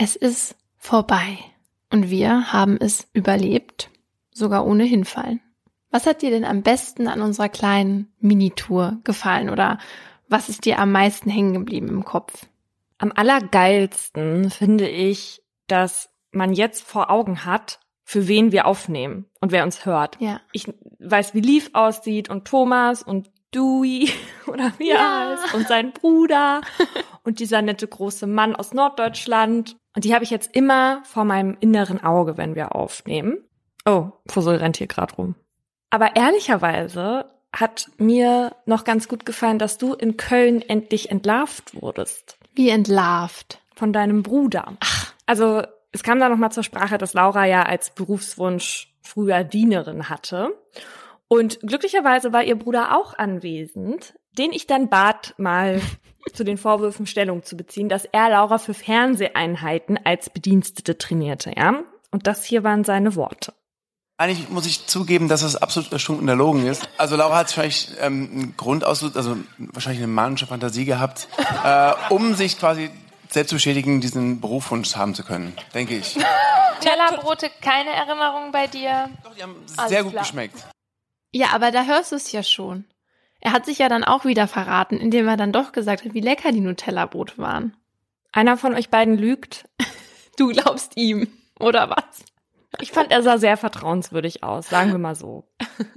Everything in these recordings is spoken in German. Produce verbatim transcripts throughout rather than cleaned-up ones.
Es ist vorbei und wir haben es überlebt, sogar ohne hinfallen. Was hat dir denn am besten an unserer kleinen Minitour gefallen oder was ist dir am meisten hängen geblieben im Kopf? Am allergeilsten finde ich, dass man jetzt vor Augen hat, für wen wir aufnehmen und wer uns hört. Ja. Ich weiß, wie Liv aussieht und Thomas und Dewey oder wie er Ja. heißt und sein Bruder und dieser nette große Mann aus Norddeutschland. Und die habe ich jetzt immer vor meinem inneren Auge, wenn wir aufnehmen. Oh, Fussel rennt hier gerade rum. Aber ehrlicherweise hat mir noch ganz gut gefallen, dass du in Köln endlich entlarvt wurdest. Wie entlarvt. Von deinem Bruder. Ach. Also es kam da nochmal zur Sprache, dass Laura ja als Berufswunsch früher Dienerin hatte. Und glücklicherweise war ihr Bruder auch anwesend, den ich dann bat, mal zu den Vorwürfen Stellung zu beziehen, dass er Laura für Fernseheinheiten als Bedienstete trainierte, ja. Und das hier waren seine Worte. Eigentlich muss ich zugeben, dass das absolut erstunken erlogen ist. Also Laura hat wahrscheinlich ähm, einen Grund aus, also wahrscheinlich eine manische Fantasie gehabt, äh, um sich quasi selbst zu beschädigen, diesen Berufswunsch haben zu können, denke ich. Tellerbrote, keine Erinnerung bei dir? Doch, die haben Alles sehr gut klar. geschmeckt. Ja, aber da hörst du es ja schon. Er hat sich ja dann auch wieder verraten, indem er dann doch gesagt hat, wie lecker die Nutella-Brote waren. Einer von euch beiden lügt. Du glaubst ihm, oder was? Ich fand, er sah sehr vertrauenswürdig aus, sagen wir mal so.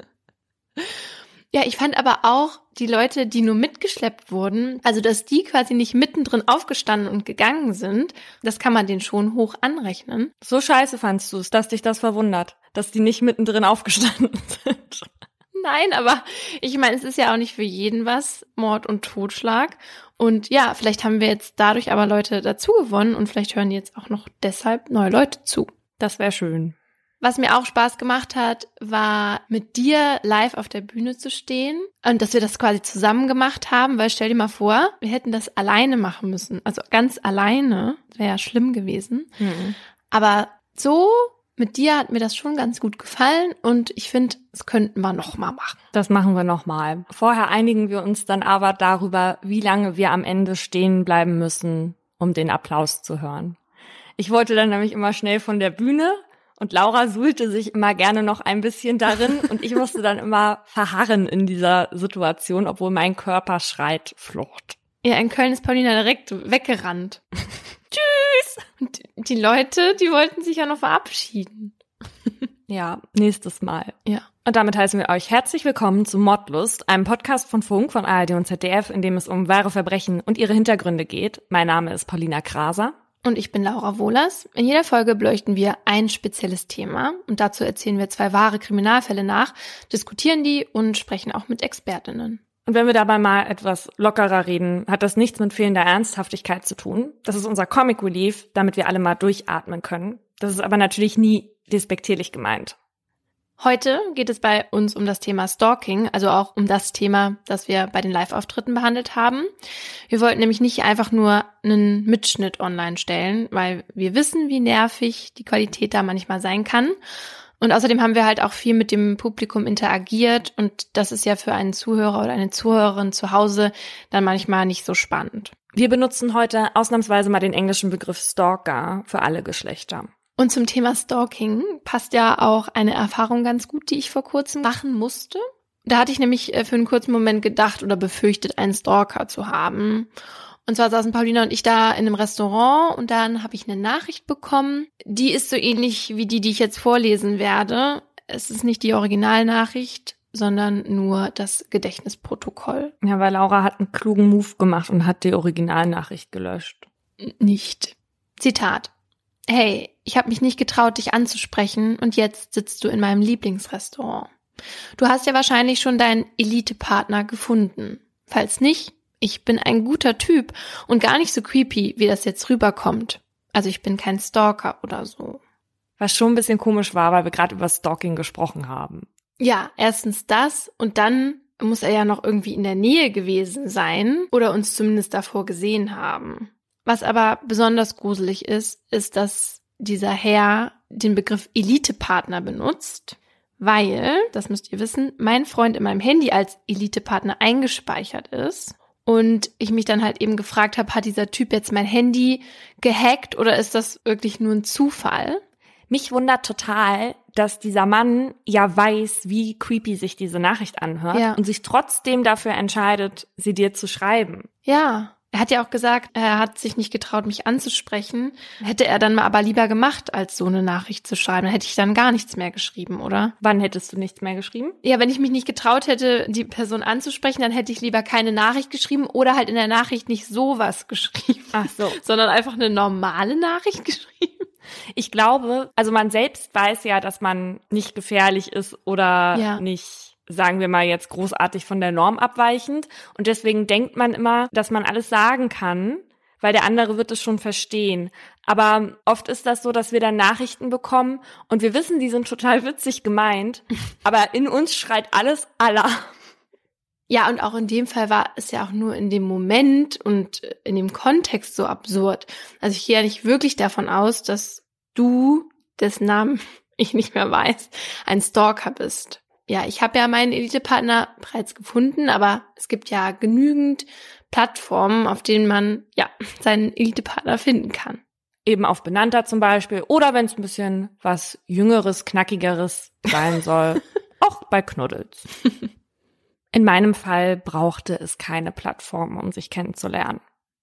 Ja, ich fand aber auch die Leute, die nur mitgeschleppt wurden, also dass die quasi nicht mittendrin aufgestanden und gegangen sind, das kann man denen schon hoch anrechnen. So scheiße fandst du es, dass dich das verwundert, dass die nicht mittendrin aufgestanden sind. Nein, aber ich meine, es ist ja auch nicht für jeden was, Mord und Totschlag. Und ja, vielleicht haben wir jetzt dadurch aber Leute dazu gewonnen und vielleicht hören jetzt auch noch deshalb neue Leute zu. Das wäre schön. Was mir auch Spaß gemacht hat, war mit dir live auf der Bühne zu stehen und dass wir das quasi zusammen gemacht haben, weil stell dir mal vor, wir hätten das alleine machen müssen, also ganz alleine, wäre ja schlimm gewesen. Mhm. Aber so mit dir hat mir das schon ganz gut gefallen und ich finde, das könnten wir nochmal machen. Das machen wir nochmal. Vorher einigen wir uns dann aber darüber, wie lange wir am Ende stehen bleiben müssen, um den Applaus zu hören. Ich wollte dann nämlich immer schnell von der Bühne und Laura suhlte sich immer gerne noch ein bisschen darin und ich musste dann immer verharren in dieser Situation, obwohl mein Körper schreit Flucht. Ja, in Köln ist Paulina direkt weggerannt. Tschüss! Und die Leute, die wollten sich ja noch verabschieden. Ja, nächstes Mal. Ja. Und damit heißen wir euch herzlich willkommen zu Mordlust, einem Podcast von Funk, von A R D und Z D F, in dem es um wahre Verbrechen und ihre Hintergründe geht. Mein Name ist Paulina Kraser. Und ich bin Laura Wohlers. In jeder Folge beleuchten wir ein spezielles Thema und dazu erzählen wir zwei wahre Kriminalfälle nach, diskutieren die und sprechen auch mit ExpertInnen. Und wenn wir dabei mal etwas lockerer reden, hat das nichts mit fehlender Ernsthaftigkeit zu tun. Das ist unser Comic Relief, damit wir alle mal durchatmen können. Das ist aber natürlich nie despektierlich gemeint. Heute geht es bei uns um das Thema Stalking, also auch um das Thema, das wir bei den Live-Auftritten behandelt haben. Wir wollten nämlich nicht einfach nur einen Mitschnitt online stellen, weil wir wissen, wie nervig die Qualität da manchmal sein kann. Und außerdem haben wir halt auch viel mit dem Publikum interagiert und das ist ja für einen Zuhörer oder eine Zuhörerin zu Hause dann manchmal nicht so spannend. Wir benutzen heute ausnahmsweise mal den englischen Begriff Stalker für alle Geschlechter. Und zum Thema Stalking passt ja auch eine Erfahrung ganz gut, die ich vor kurzem machen musste. Da hatte ich nämlich für einen kurzen Moment gedacht oder befürchtet, einen Stalker zu haben. Und zwar saßen Paulina und ich da in einem Restaurant und dann habe ich eine Nachricht bekommen. Die ist so ähnlich wie die, die ich jetzt vorlesen werde. Es ist nicht die Originalnachricht, sondern nur das Gedächtnisprotokoll. Ja, weil Laura hat einen klugen Move gemacht und hat die Originalnachricht gelöscht. Nicht. Zitat. Hey, ich habe mich nicht getraut, dich anzusprechen und jetzt sitzt du in meinem Lieblingsrestaurant. Du hast ja wahrscheinlich schon deinen Elite-Partner gefunden. Falls nicht, ich bin ein guter Typ und gar nicht so creepy, wie das jetzt rüberkommt. Also ich bin kein Stalker oder so. Was schon ein bisschen komisch war, weil wir gerade über Stalking gesprochen haben. Ja, erstens das und dann muss er ja noch irgendwie in der Nähe gewesen sein oder uns zumindest davor gesehen haben. Was aber besonders gruselig ist, ist, dass dieser Herr den Begriff Elite-Partner benutzt, weil, das müsst ihr wissen, mein Freund in meinem Handy als Elite-Partner eingespeichert ist Und ich mich dann halt eben gefragt habe, hat dieser Typ jetzt mein Handy gehackt oder ist das wirklich nur ein Zufall? Mich wundert total, dass dieser Mann ja weiß, wie creepy sich diese Nachricht anhört ja. und sich trotzdem dafür entscheidet, sie dir zu schreiben. Ja, er hat ja auch gesagt, er hat sich nicht getraut, mich anzusprechen. Hätte er dann mal aber lieber gemacht, als so eine Nachricht zu schreiben. Dann hätte ich dann gar nichts mehr geschrieben, oder? Wann hättest du nichts mehr geschrieben? Ja, wenn ich mich nicht getraut hätte, die Person anzusprechen, dann hätte ich lieber keine Nachricht geschrieben oder halt in der Nachricht nicht sowas geschrieben. Ach so. Sondern einfach eine normale Nachricht geschrieben. Ich glaube, also man selbst weiß ja, dass man nicht gefährlich ist oder ja. nicht, sagen wir mal jetzt großartig von der Norm abweichend. Und deswegen denkt man immer, dass man alles sagen kann, weil der andere wird es schon verstehen. Aber oft ist das so, dass wir dann Nachrichten bekommen und wir wissen, die sind total witzig gemeint, aber in uns schreit alles Allah. Ja, und auch in dem Fall war es ja auch nur in dem Moment und in dem Kontext so absurd. Also ich gehe ja nicht wirklich davon aus, dass du, dessen Namen ich nicht mehr weiß, ein Stalker bist. Ja, ich habe ja meinen Elite-Partner bereits gefunden, aber es gibt ja genügend Plattformen, auf denen man ja seinen Elite-Partner finden kann. Eben auf Benannter zum Beispiel oder wenn es ein bisschen was Jüngeres, Knackigeres sein soll, auch bei Knuddels. In meinem Fall brauchte es keine Plattform, um sich kennenzulernen.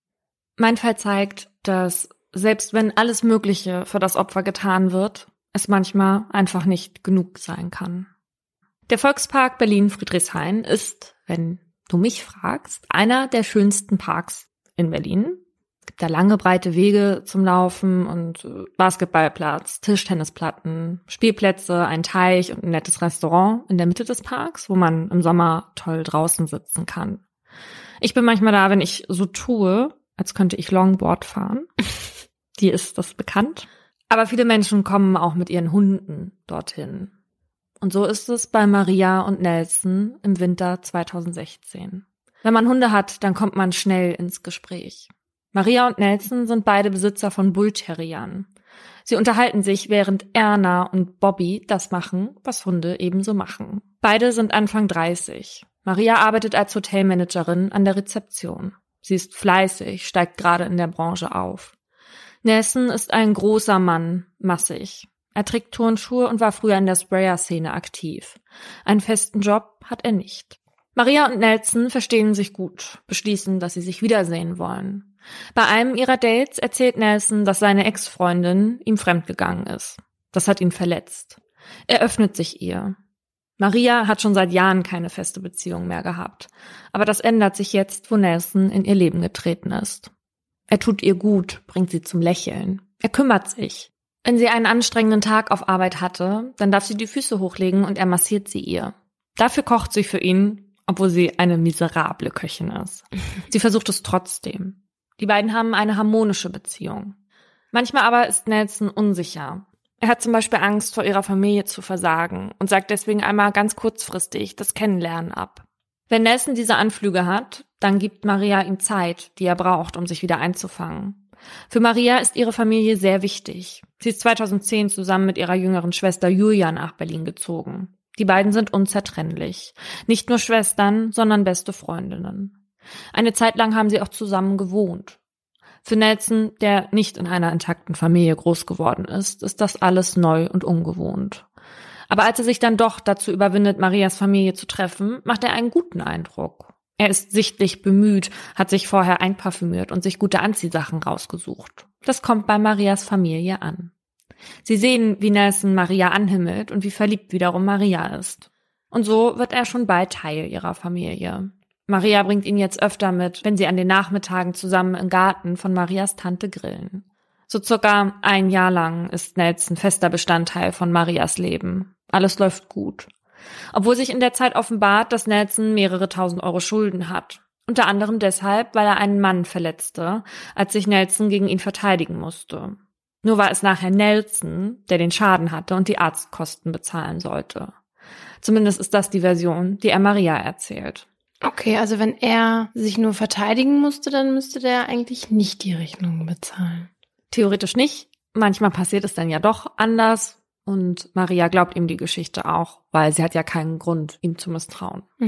Mein Fall zeigt, dass selbst wenn alles Mögliche für das Opfer getan wird, es manchmal einfach nicht genug sein kann. Der Volkspark Berlin-Friedrichshain ist, wenn du mich fragst, einer der schönsten Parks in Berlin. Es gibt da lange, breite Wege zum Laufen und Basketballplatz, Tischtennisplatten, Spielplätze, ein Teich und ein nettes Restaurant in der Mitte des Parks, wo man im Sommer toll draußen sitzen kann. Ich bin manchmal da, wenn ich so tue, als könnte ich Longboard fahren. Die ist das bekannt. Aber viele Menschen kommen auch mit ihren Hunden dorthin. Und so ist es bei Maria und Nelson im Winter zweitausendsechzehn. Wenn man Hunde hat, dann kommt man schnell ins Gespräch. Maria und Nelson sind beide Besitzer von Bullterriern. Sie unterhalten sich, während Erna und Bobby das machen, was Hunde ebenso machen. Beide sind Anfang dreißig. Maria arbeitet als Hotelmanagerin an der Rezeption. Sie ist fleißig, steigt gerade in der Branche auf. Nelson ist ein großer Mann, massig. Er trägt Turnschuhe und war früher in der Sprayer-Szene aktiv. Einen festen Job hat er nicht. Maria und Nelson verstehen sich gut, beschließen, dass sie sich wiedersehen wollen. Bei einem ihrer Dates erzählt Nelson, dass seine Ex-Freundin ihm fremdgegangen ist. Das hat ihn verletzt. Er öffnet sich ihr. Maria hat schon seit Jahren keine feste Beziehung mehr gehabt. Aber das ändert sich jetzt, wo Nelson in ihr Leben getreten ist. Er tut ihr gut, bringt sie zum Lächeln. Er kümmert sich. Wenn sie einen anstrengenden Tag auf Arbeit hatte, dann darf sie die Füße hochlegen und er massiert sie ihr. Dafür kocht sie für ihn, obwohl sie eine miserable Köchin ist. Sie versucht es trotzdem. Die beiden haben eine harmonische Beziehung. Manchmal aber ist Nelson unsicher. Er hat zum Beispiel Angst, vor ihrer Familie zu versagen und sagt deswegen einmal ganz kurzfristig das Kennenlernen ab. Wenn Nelson diese Anflüge hat, dann gibt Maria ihm Zeit, die er braucht, um sich wieder einzufangen. Für Maria ist ihre Familie sehr wichtig. Sie ist zweitausendzehn zusammen mit ihrer jüngeren Schwester Julia nach Berlin gezogen. Die beiden sind unzertrennlich. Nicht nur Schwestern, sondern beste Freundinnen. Eine Zeit lang haben sie auch zusammen gewohnt. Für Nelson, der nicht in einer intakten Familie groß geworden ist, ist das alles neu und ungewohnt. Aber als er sich dann doch dazu überwindet, Marias Familie zu treffen, macht er einen guten Eindruck. Er ist sichtlich bemüht, hat sich vorher einparfümiert und sich gute Anziehsachen rausgesucht. Das kommt bei Marias Familie an. Sie sehen, wie Nelson Maria anhimmelt und wie verliebt wiederum Maria ist. Und so wird er schon bald Teil ihrer Familie. Maria bringt ihn jetzt öfter mit, wenn sie an den Nachmittagen zusammen im Garten von Marias Tante grillen. So circa ein Jahr lang ist Nelson fester Bestandteil von Marias Leben. Alles läuft gut. Obwohl sich in der Zeit offenbart, dass Nelson mehrere tausend Euro Schulden hat. Unter anderem deshalb, weil er einen Mann verletzte, als sich Nelson gegen ihn verteidigen musste. Nur war es nachher Nelson, der den Schaden hatte und die Arztkosten bezahlen sollte. Zumindest ist das die Version, die er Maria erzählt. Okay, also wenn er sich nur verteidigen musste, dann müsste der eigentlich nicht die Rechnung bezahlen. Theoretisch nicht. Manchmal passiert es dann ja doch anders. Und Maria glaubt ihm die Geschichte auch, weil sie hat ja keinen Grund, ihm zu misstrauen. Mhm.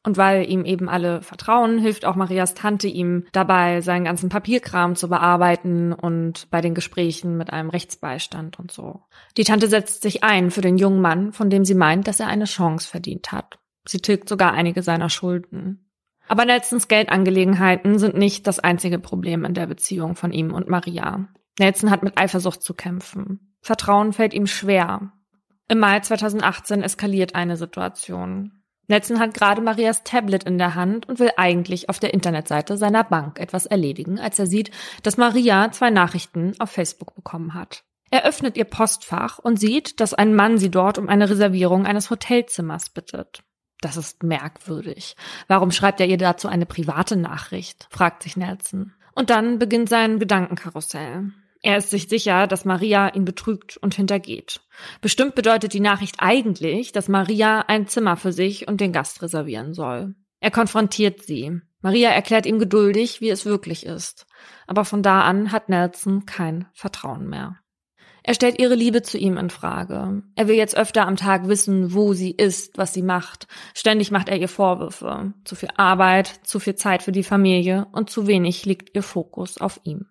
Und weil ihm eben alle vertrauen, hilft auch Marias Tante ihm dabei, seinen ganzen Papierkram zu bearbeiten und bei den Gesprächen mit einem Rechtsbeistand und so. Die Tante setzt sich ein für den jungen Mann, von dem sie meint, dass er eine Chance verdient hat. Sie tilgt sogar einige seiner Schulden. Aber Nelsons Geldangelegenheiten sind nicht das einzige Problem in der Beziehung von ihm und Maria. Nelson hat mit Eifersucht zu kämpfen. Vertrauen fällt ihm schwer. Im Mai zweitausendachtzehn eskaliert eine Situation. Nelson hat gerade Marias Tablet in der Hand und will eigentlich auf der Internetseite seiner Bank etwas erledigen, als er sieht, dass Maria zwei Nachrichten auf Facebook bekommen hat. Er öffnet ihr Postfach und sieht, dass ein Mann sie dort um eine Reservierung eines Hotelzimmers bittet. Das ist merkwürdig. Warum schreibt er ihr dazu eine private Nachricht? Fragt sich Nelson. Und dann beginnt sein Gedankenkarussell. Er ist sich sicher, dass Maria ihn betrügt und hintergeht. Bestimmt bedeutet die Nachricht eigentlich, dass Maria ein Zimmer für sich und den Gast reservieren soll. Er konfrontiert sie. Maria erklärt ihm geduldig, wie es wirklich ist. Aber von da an hat Nelson kein Vertrauen mehr. Er stellt ihre Liebe zu ihm in Frage. Er will jetzt öfter am Tag wissen, wo sie ist, was sie macht. Ständig macht er ihr Vorwürfe. Zu viel Arbeit, zu viel Zeit für die Familie und zu wenig liegt ihr Fokus auf ihm.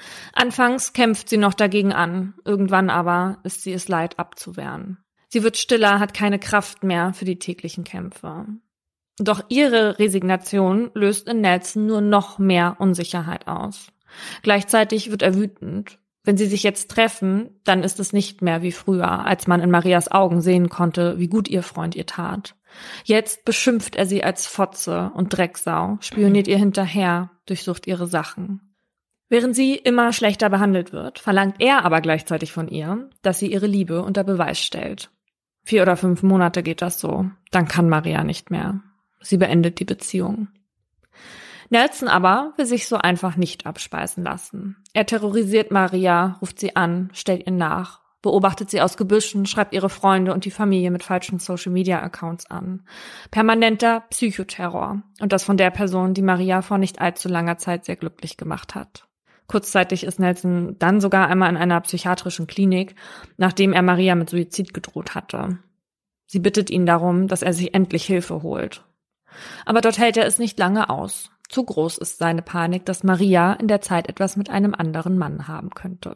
Anfangs kämpft sie noch dagegen an, irgendwann aber ist sie es leid abzuwehren. Sie wird stiller, hat keine Kraft mehr für die täglichen Kämpfe. Doch ihre Resignation löst in Nelson nur noch mehr Unsicherheit aus. Gleichzeitig wird er wütend. Wenn sie sich jetzt treffen, dann ist es nicht mehr wie früher, als man in Marias Augen sehen konnte, wie gut ihr Freund ihr tat. Jetzt beschimpft er sie als Fotze und Drecksau, spioniert ihr hinterher, durchsucht ihre Sachen. Während sie immer schlechter behandelt wird, verlangt er aber gleichzeitig von ihr, dass sie ihre Liebe unter Beweis stellt. Vier oder fünf Monate geht das so, dann kann Maria nicht mehr. Sie beendet die Beziehung. Nelson aber will sich so einfach nicht abspeisen lassen. Er terrorisiert Maria, ruft sie an, stellt ihr nach, beobachtet sie aus Gebüschen, schreibt ihre Freunde und die Familie mit falschen Social-Media-Accounts an. Permanenter Psychoterror. Und das von der Person, die Maria vor nicht allzu langer Zeit sehr glücklich gemacht hat. Kurzzeitig ist Nelson dann sogar einmal in einer psychiatrischen Klinik, nachdem er Maria mit Suizid gedroht hatte. Sie bittet ihn darum, dass er sich endlich Hilfe holt. Aber dort hält er es nicht lange aus. Zu groß ist seine Panik, dass Maria in der Zeit etwas mit einem anderen Mann haben könnte.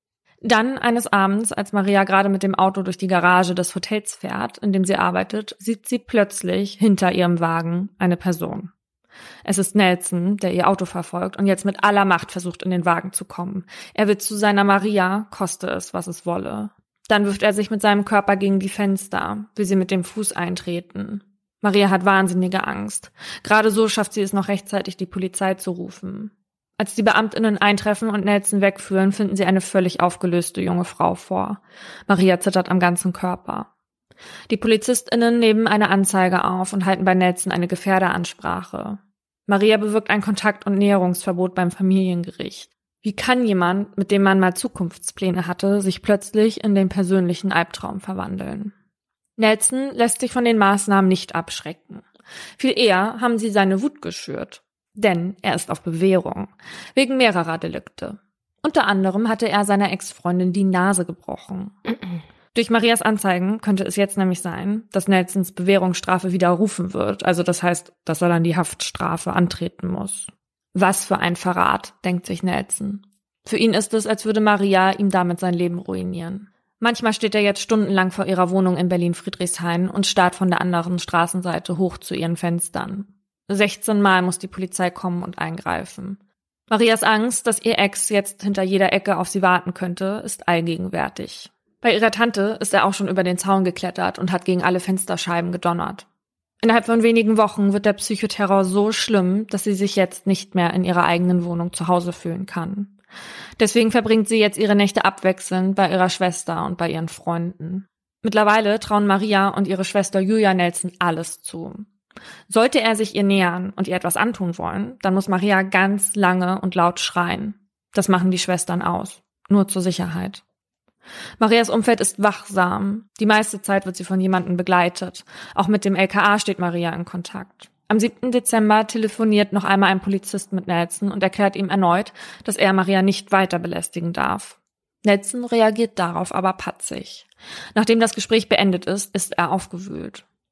Dann eines Abends, als Maria gerade mit dem Auto durch die Garage des Hotels fährt, in dem sie arbeitet, sieht sie plötzlich hinter ihrem Wagen eine Person. Es ist Nelson, der ihr Auto verfolgt und jetzt mit aller Macht versucht, in den Wagen zu kommen. Er will zu seiner Maria, koste es, was es wolle. Dann wirft er sich mit seinem Körper gegen die Fenster, will sie mit dem Fuß eintreten. Maria hat wahnsinnige Angst. Gerade so schafft sie es noch rechtzeitig, die Polizei zu rufen. Als die BeamtInnen eintreffen und Nelson wegführen, finden sie eine völlig aufgelöste junge Frau vor. Maria zittert am ganzen Körper. Die PolizistInnen nehmen eine Anzeige auf und halten bei Nelson eine Gefährderansprache. Maria bewirkt ein Kontakt- und Näherungsverbot beim Familiengericht. Wie kann jemand, mit dem man mal Zukunftspläne hatte, sich plötzlich in den persönlichen Albtraum verwandeln? Nelson lässt sich von den Maßnahmen nicht abschrecken. Viel eher haben sie seine Wut geschürt. Denn er ist auf Bewährung. Wegen mehrerer Delikte. Unter anderem hatte er seiner Ex-Freundin die Nase gebrochen. Durch Marias Anzeigen könnte es jetzt nämlich sein, dass Nelsons Bewährungsstrafe widerrufen wird. Also das heißt, dass er dann die Haftstrafe antreten muss. Was für ein Verrat, denkt sich Nelson. Für ihn ist es, als würde Maria ihm damit sein Leben ruinieren. Manchmal steht er jetzt stundenlang vor ihrer Wohnung in Berlin-Friedrichshain und starrt von der anderen Straßenseite hoch zu ihren Fenstern. sechzehn Mal muss die Polizei kommen und eingreifen. Marias Angst, dass ihr Ex jetzt hinter jeder Ecke auf sie warten könnte, ist allgegenwärtig. Bei ihrer Tante ist er auch schon über den Zaun geklettert und hat gegen alle Fensterscheiben gedonnert. Innerhalb von wenigen Wochen wird der Psychoterror so schlimm, dass sie sich jetzt nicht mehr in ihrer eigenen Wohnung zu Hause fühlen kann. Deswegen verbringt sie jetzt ihre Nächte abwechselnd bei ihrer Schwester und bei ihren Freunden. Mittlerweile trauen Maria und ihre Schwester Julia Nelson alles zu. Sollte er sich ihr nähern und ihr etwas antun wollen, dann muss Maria ganz lange und laut schreien. Das machen die Schwestern aus, nur zur Sicherheit. Marias Umfeld ist wachsam. Die meiste Zeit wird sie von jemandem begleitet. Auch mit dem L K A steht Maria in Kontakt. Am siebten Dezember telefoniert noch einmal ein Polizist mit Nelson und erklärt ihm erneut, dass er Maria nicht weiter belästigen darf. Nelson reagiert darauf aber patzig. Nachdem das Gespräch beendet ist, ist er aufgewühlt.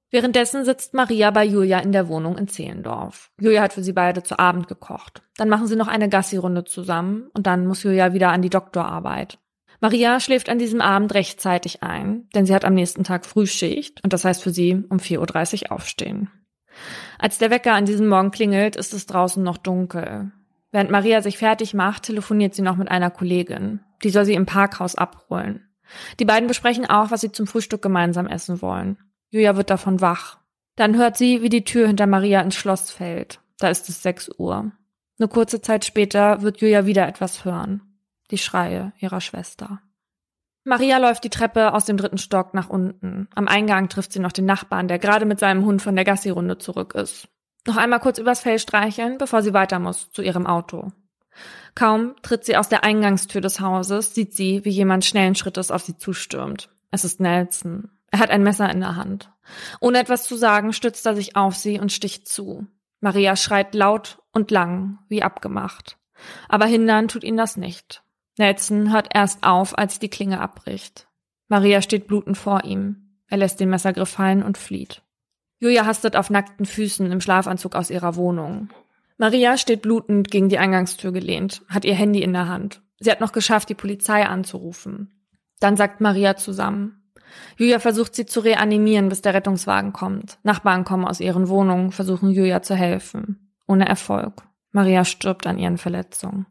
Währenddessen sitzt Maria bei Julia in der Wohnung in Zehlendorf. Julia hat für sie beide zu Abend gekocht. Dann machen sie noch eine Gassi-Runde zusammen und dann muss Julia wieder an die Doktorarbeit. Maria schläft an diesem Abend rechtzeitig ein, denn sie hat am nächsten Tag Frühschicht und das heißt für sie um vier Uhr dreißig aufstehen. Als der Wecker an diesem Morgen klingelt, ist es draußen noch dunkel. Während Maria sich fertig macht, telefoniert sie noch mit einer Kollegin. Die soll sie im Parkhaus abholen. Die beiden besprechen auch, was sie zum Frühstück gemeinsam essen wollen. Julia wird davon wach. Dann hört sie, wie die Tür hinter Maria ins Schloss fällt. Da ist es sechs Uhr. Nur kurze Zeit später wird Julia wieder etwas hören. Die Schreie ihrer Schwester. Maria läuft die Treppe aus dem dritten Stock nach unten. Am Eingang trifft sie noch den Nachbarn, der gerade mit seinem Hund von der Gassi-Runde zurück ist. Noch einmal kurz übers Fell streicheln, bevor sie weiter muss, zu ihrem Auto. Kaum tritt sie aus der Eingangstür des Hauses, sieht sie, wie jemand schnellen Schrittes auf sie zustürmt. Es ist Nelson. Er hat ein Messer in der Hand. Ohne etwas zu sagen, stützt er sich auf sie und sticht zu. Maria schreit laut und lang, wie abgemacht. Aber hindern tut ihn das nicht. Nelson hört erst auf, als die Klinge abbricht. Maria steht blutend vor ihm. Er lässt den Messergriff fallen und flieht. Julia hastet auf nackten Füßen im Schlafanzug aus ihrer Wohnung. Maria steht blutend gegen die Eingangstür gelehnt, hat ihr Handy in der Hand. Sie hat noch geschafft, die Polizei anzurufen. Dann sackt Maria zusammen. Julia versucht, sie zu reanimieren, bis der Rettungswagen kommt. Nachbarn kommen aus ihren Wohnungen, versuchen Julia zu helfen. Ohne Erfolg. Maria stirbt an ihren Verletzungen.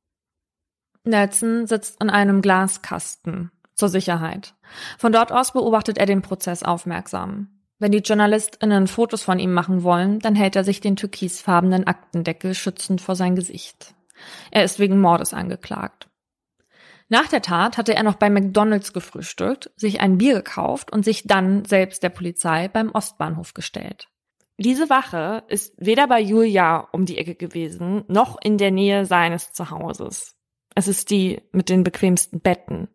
Nelson sitzt in einem Glaskasten, zur Sicherheit. Von dort aus beobachtet er den Prozess aufmerksam. Wenn die JournalistInnen Fotos von ihm machen wollen, dann hält er sich den türkisfarbenen Aktendeckel schützend vor sein Gesicht. Er ist wegen Mordes angeklagt. Nach der Tat hatte er noch bei McDonald's gefrühstückt, sich ein Bier gekauft und sich dann selbst der Polizei beim Ostbahnhof gestellt. Diese Wache ist weder bei Julia um die Ecke gewesen, noch in der Nähe seines Zuhauses. Es ist die mit den bequemsten Betten.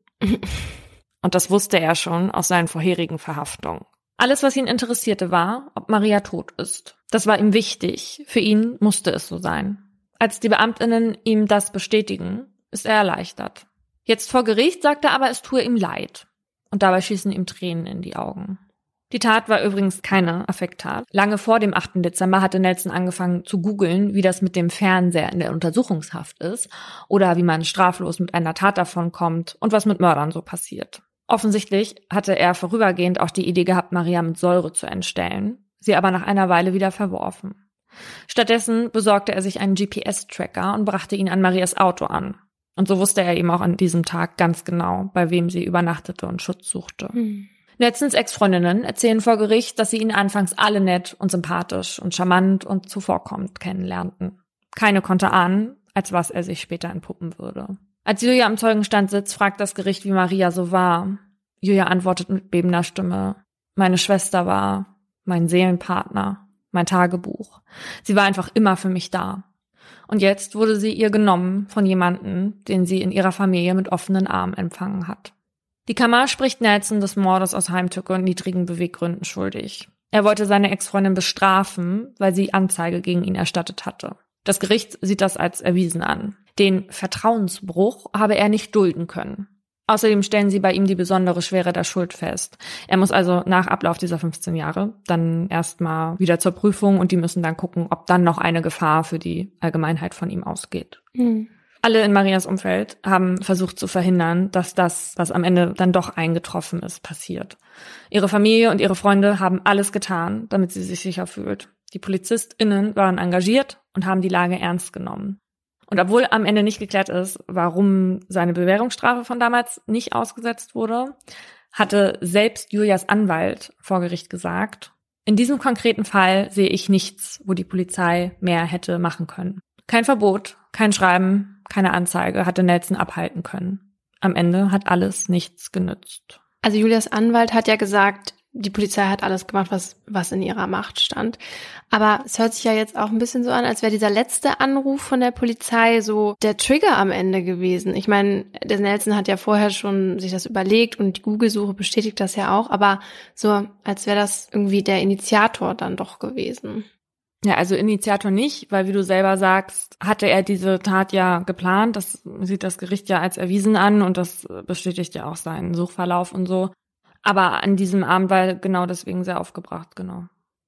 Und das wusste er schon aus seinen vorherigen Verhaftungen. Alles, was ihn interessierte, war, ob Maria tot ist. Das war ihm wichtig. Für ihn musste es so sein. Als die BeamtInnen ihm das bestätigen, ist er erleichtert. Jetzt vor Gericht sagt er aber, es tue ihm leid. Und dabei schießen ihm Tränen in die Augen. Die Tat war übrigens keine Affekttat. Lange vor dem achten Dezember hatte Nelson angefangen zu googeln, wie das mit dem Fernseher in der Untersuchungshaft ist oder wie man straflos mit einer Tat davonkommt und was mit Mördern so passiert. Offensichtlich hatte er vorübergehend auch die Idee gehabt, Maria mit Säure zu entstellen, sie aber nach einer Weile wieder verworfen. Stattdessen besorgte er sich einen G P S-Tracker und brachte ihn an Marias Auto an. Und so wusste er eben auch an diesem Tag ganz genau, bei wem sie übernachtete und Schutz suchte. Hm. Nelsons Ex-Freundinnen erzählen vor Gericht, dass sie ihn anfangs alle nett und sympathisch und charmant und zuvorkommend kennenlernten. Keine konnte ahnen, als was er sich später entpuppen würde. Als Julia am Zeugenstand sitzt, fragt das Gericht, wie Maria so war. Julia antwortet mit bebender Stimme: Meine Schwester war mein Seelenpartner, mein Tagebuch. Sie war einfach immer für mich da. Und jetzt wurde sie ihr genommen von jemandem, den sie in ihrer Familie mit offenen Armen empfangen hat. Die Kammer spricht Nelson des Mordes aus Heimtücke und niedrigen Beweggründen schuldig. Er wollte seine Ex-Freundin bestrafen, weil sie Anzeige gegen ihn erstattet hatte. Das Gericht sieht das als erwiesen an. Den Vertrauensbruch habe er nicht dulden können. Außerdem stellen sie bei ihm die besondere Schwere der Schuld fest. Er muss also nach Ablauf dieser fünfzehn Jahre dann erstmal wieder zur Prüfung und die müssen dann gucken, ob dann noch eine Gefahr für die Allgemeinheit von ihm ausgeht. Mhm. Alle in Marias Umfeld haben versucht zu verhindern, dass das, was am Ende dann doch eingetroffen ist, passiert. Ihre Familie und ihre Freunde haben alles getan, damit sie sich sicher fühlt. Die PolizistInnen waren engagiert und haben die Lage ernst genommen. Und obwohl am Ende nicht geklärt ist, warum seine Bewährungsstrafe von damals nicht ausgesetzt wurde, hatte selbst Julias Anwalt vor Gericht gesagt: In diesem konkreten Fall sehe ich nichts, wo die Polizei mehr hätte machen können. Kein Verbot, kein Schreiben, keine Anzeige hatte Nelson abhalten können. Am Ende hat alles nichts genützt. Also Julias Anwalt hat ja gesagt, die Polizei hat alles gemacht, was was in ihrer Macht stand. Aber es hört sich ja jetzt auch ein bisschen so an, als wäre dieser letzte Anruf von der Polizei so der Trigger am Ende gewesen. Ich meine, der Nelson hat ja vorher schon sich das überlegt und die Google-Suche bestätigt das ja auch, aber so, als wäre das irgendwie der Initiator dann doch gewesen. Ja, also Initiator nicht, weil wie du selber sagst, hatte er diese Tat ja geplant. Das sieht das Gericht ja als erwiesen an und das bestätigt ja auch seinen Suchverlauf und so. Aber an diesem Abend war er genau deswegen sehr aufgebracht, genau.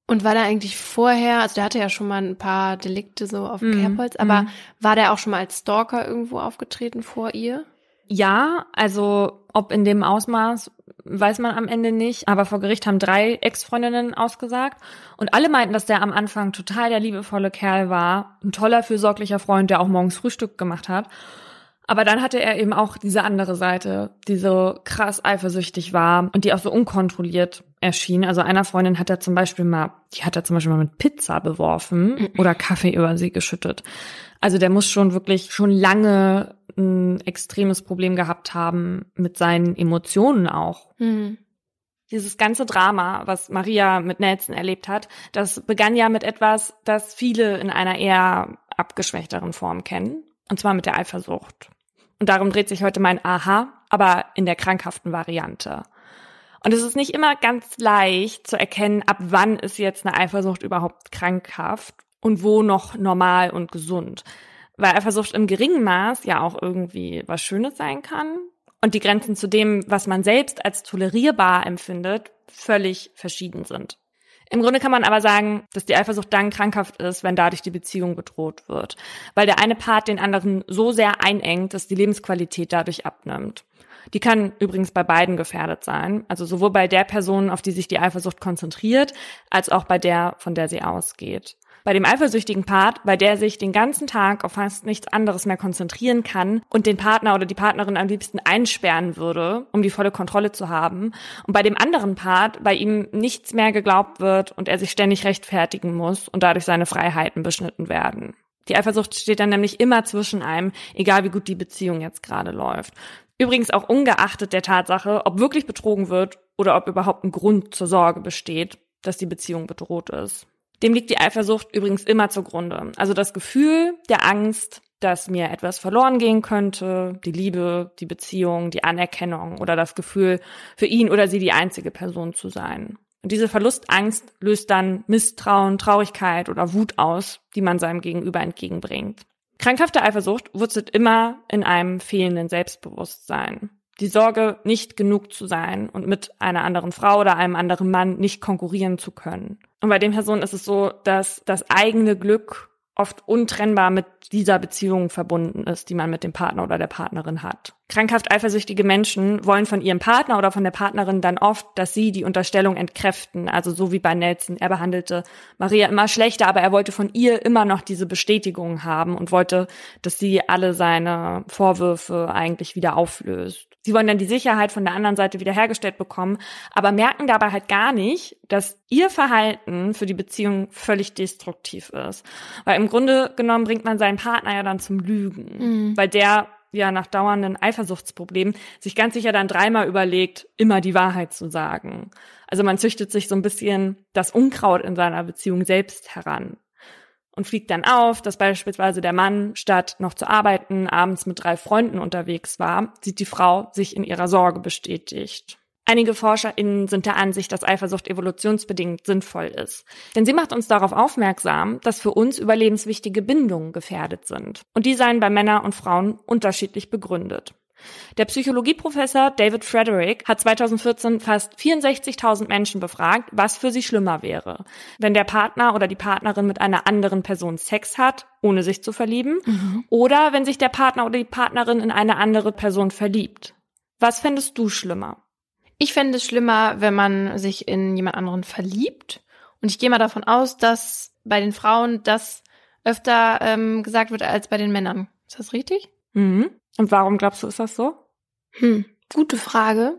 Und war der eigentlich vorher, also der hatte ja schon mal ein paar Delikte so auf dem Mhm. Kerbholz, aber Mhm. war der auch schon mal als Stalker irgendwo aufgetreten vor ihr? Ja, also ob in dem Ausmaß, weiß man am Ende nicht. Aber vor Gericht haben drei Ex-Freundinnen ausgesagt. Und alle meinten, dass der am Anfang total der liebevolle Kerl war. Ein toller, fürsorglicher Freund, der auch morgens Frühstück gemacht hat. Aber dann hatte er eben auch diese andere Seite, die so krass eifersüchtig war und die auch so unkontrolliert erschien. Also einer Freundin hat er zum Beispiel mal, die hat er zum Beispiel mal mit Pizza beworfen oder Kaffee über sie geschüttet. Also der muss schon wirklich schon lange ein extremes Problem gehabt haben mit seinen Emotionen auch. Hm. Dieses ganze Drama, was Maria mit Nelson erlebt hat, das begann ja mit etwas, das viele in einer eher abgeschwächteren Form kennen. Und zwar mit der Eifersucht. Und darum dreht sich heute mein Aha, aber in der krankhaften Variante. Und es ist nicht immer ganz leicht zu erkennen, ab wann ist jetzt eine Eifersucht überhaupt krankhaft und wo noch normal und gesund. Weil Eifersucht im geringen Maß ja auch irgendwie was Schönes sein kann und die Grenzen zu dem, was man selbst als tolerierbar empfindet, völlig verschieden sind. Im Grunde kann man aber sagen, dass die Eifersucht dann krankhaft ist, wenn dadurch die Beziehung bedroht wird. Weil der eine Part den anderen so sehr einengt, dass die Lebensqualität dadurch abnimmt. Die kann übrigens bei beiden gefährdet sein. Also sowohl bei der Person, auf die sich die Eifersucht konzentriert, als auch bei der, von der sie ausgeht. Bei dem eifersüchtigen Part, bei der sich den ganzen Tag auf fast nichts anderes mehr konzentrieren kann und den Partner oder die Partnerin am liebsten einsperren würde, um die volle Kontrolle zu haben. Und bei dem anderen Part, bei ihm nichts mehr geglaubt wird und er sich ständig rechtfertigen muss und dadurch seine Freiheiten beschnitten werden. Die Eifersucht steht dann nämlich immer zwischen einem, egal wie gut die Beziehung jetzt gerade läuft. Übrigens auch ungeachtet der Tatsache, ob wirklich betrogen wird oder ob überhaupt ein Grund zur Sorge besteht, dass die Beziehung bedroht ist. Dem liegt die Eifersucht übrigens immer zugrunde. Also das Gefühl der Angst, dass mir etwas verloren gehen könnte, die Liebe, die Beziehung, die Anerkennung oder das Gefühl, für ihn oder sie die einzige Person zu sein. Und diese Verlustangst löst dann Misstrauen, Traurigkeit oder Wut aus, die man seinem Gegenüber entgegenbringt. Krankhafte Eifersucht wurzelt immer in einem fehlenden Selbstbewusstsein. Die Sorge, nicht genug zu sein und mit einer anderen Frau oder einem anderen Mann nicht konkurrieren zu können. Und bei den Personen ist es so, dass das eigene Glück oft untrennbar mit dieser Beziehung verbunden ist, die man mit dem Partner oder der Partnerin hat. Krankhaft eifersüchtige Menschen wollen von ihrem Partner oder von der Partnerin dann oft, dass sie die Unterstellung entkräften. Also so wie bei Nelson. Er behandelte Maria immer schlechter, aber er wollte von ihr immer noch diese Bestätigung haben und wollte, dass sie alle seine Vorwürfe eigentlich wieder auflöst. Sie wollen dann die Sicherheit von der anderen Seite wiederhergestellt bekommen, aber merken dabei halt gar nicht, dass ihr Verhalten für die Beziehung völlig destruktiv ist. Weil im Grunde genommen bringt man seinen Partner ja dann zum Lügen, mhm. weil der ja nach dauernden Eifersuchtsproblemen sich ganz sicher dann dreimal überlegt, immer die Wahrheit zu sagen. Also man züchtet sich so ein bisschen das Unkraut in seiner Beziehung selbst heran. Und fliegt dann auf, dass beispielsweise der Mann, statt noch zu arbeiten, abends mit drei Freunden unterwegs war, sieht die Frau sich in ihrer Sorge bestätigt. Einige ForscherInnen sind der Ansicht, dass Eifersucht evolutionsbedingt sinnvoll ist. Denn sie macht uns darauf aufmerksam, dass für uns überlebenswichtige Bindungen gefährdet sind. Und die seien bei Männern und Frauen unterschiedlich begründet. Der Psychologieprofessor David Frederick hat zweitausendvierzehn fast vierundsechzigtausend Menschen befragt, was für sie schlimmer wäre. Wenn der Partner oder die Partnerin mit einer anderen Person Sex hat, ohne sich zu verlieben, mhm. oder wenn sich der Partner oder die Partnerin in eine andere Person verliebt. Was fändest du schlimmer? Ich fände es schlimmer, wenn man sich in jemand anderen verliebt. Und ich gehe mal davon aus, dass bei den Frauen das öfter ähm, gesagt wird als bei den Männern. Ist das richtig? Mhm. Und warum glaubst du, ist das so? Hm, gute Frage.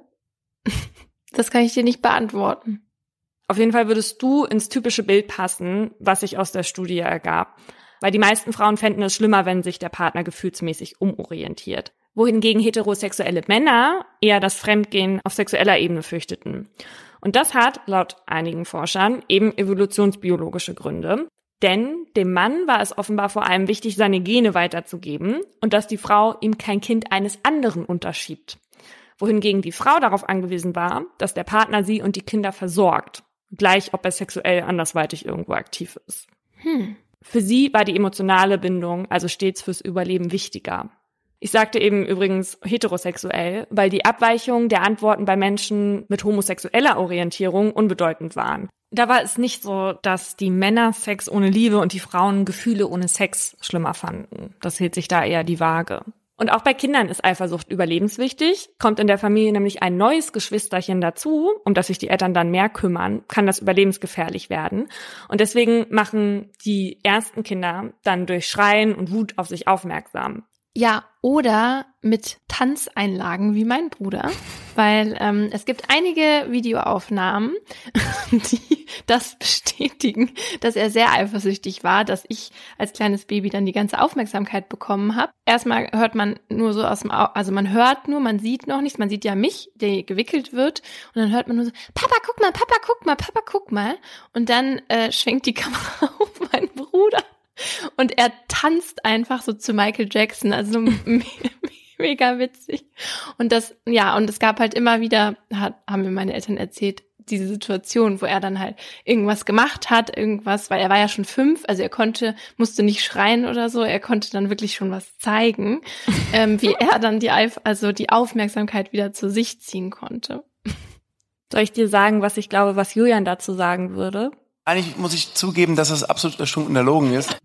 Das kann ich dir nicht beantworten. Auf jeden Fall würdest du ins typische Bild passen, was sich aus der Studie ergab. Weil die meisten Frauen fänden es schlimmer, wenn sich der Partner gefühlsmäßig umorientiert. Wohingegen heterosexuelle Männer eher das Fremdgehen auf sexueller Ebene fürchteten. Und das hat, laut einigen Forschern, eben evolutionsbiologische Gründe. Denn dem Mann war es offenbar vor allem wichtig, seine Gene weiterzugeben und dass die Frau ihm kein Kind eines anderen unterschiebt. Wohingegen die Frau darauf angewiesen war, dass der Partner sie und die Kinder versorgt, gleich ob er sexuell andersweitig irgendwo aktiv ist. Hm. Für sie war die emotionale Bindung also stets fürs Überleben wichtiger. Ich sagte eben übrigens heterosexuell, weil die Abweichungen der Antworten bei Menschen mit homosexueller Orientierung unbedeutend waren. Da war es nicht so, dass die Männer Sex ohne Liebe und die Frauen Gefühle ohne Sex schlimmer fanden. Das hielt sich da eher die Waage. Und auch bei Kindern ist Eifersucht überlebenswichtig. Kommt in der Familie nämlich ein neues Geschwisterchen dazu, um das sich die Eltern dann mehr kümmern, kann das überlebensgefährlich werden. Und deswegen machen die ersten Kinder dann durch Schreien und Wut auf sich aufmerksam. Ja, oder mit Tanzeinlagen wie mein Bruder, weil ähm, es gibt einige Videoaufnahmen, die das bestätigen, dass er sehr eifersüchtig war, dass ich als kleines Baby dann die ganze Aufmerksamkeit bekommen habe. Erstmal hört man nur so aus dem, Au- also man hört nur, man sieht noch nichts, man sieht ja mich, der gewickelt wird und dann hört man nur so, Papa, guck mal, Papa, guck mal, Papa, guck mal und dann äh, schwenkt die Kamera auf meinen Bruder. Und er tanzt einfach so zu Michael Jackson, also so me- mega witzig. Und das, ja, und es gab halt immer wieder, hat, haben mir meine Eltern erzählt, diese Situation, wo er dann halt irgendwas gemacht hat, irgendwas, weil er war ja schon fünf, also er konnte, musste nicht schreien oder so, er konnte dann wirklich schon was zeigen, ähm, wie er dann die, Eif- also die Aufmerksamkeit wieder zu sich ziehen konnte. Soll ich dir sagen, was ich glaube, was Julian dazu sagen würde? Eigentlich muss ich zugeben, dass das absolut erstunken erlogen ist.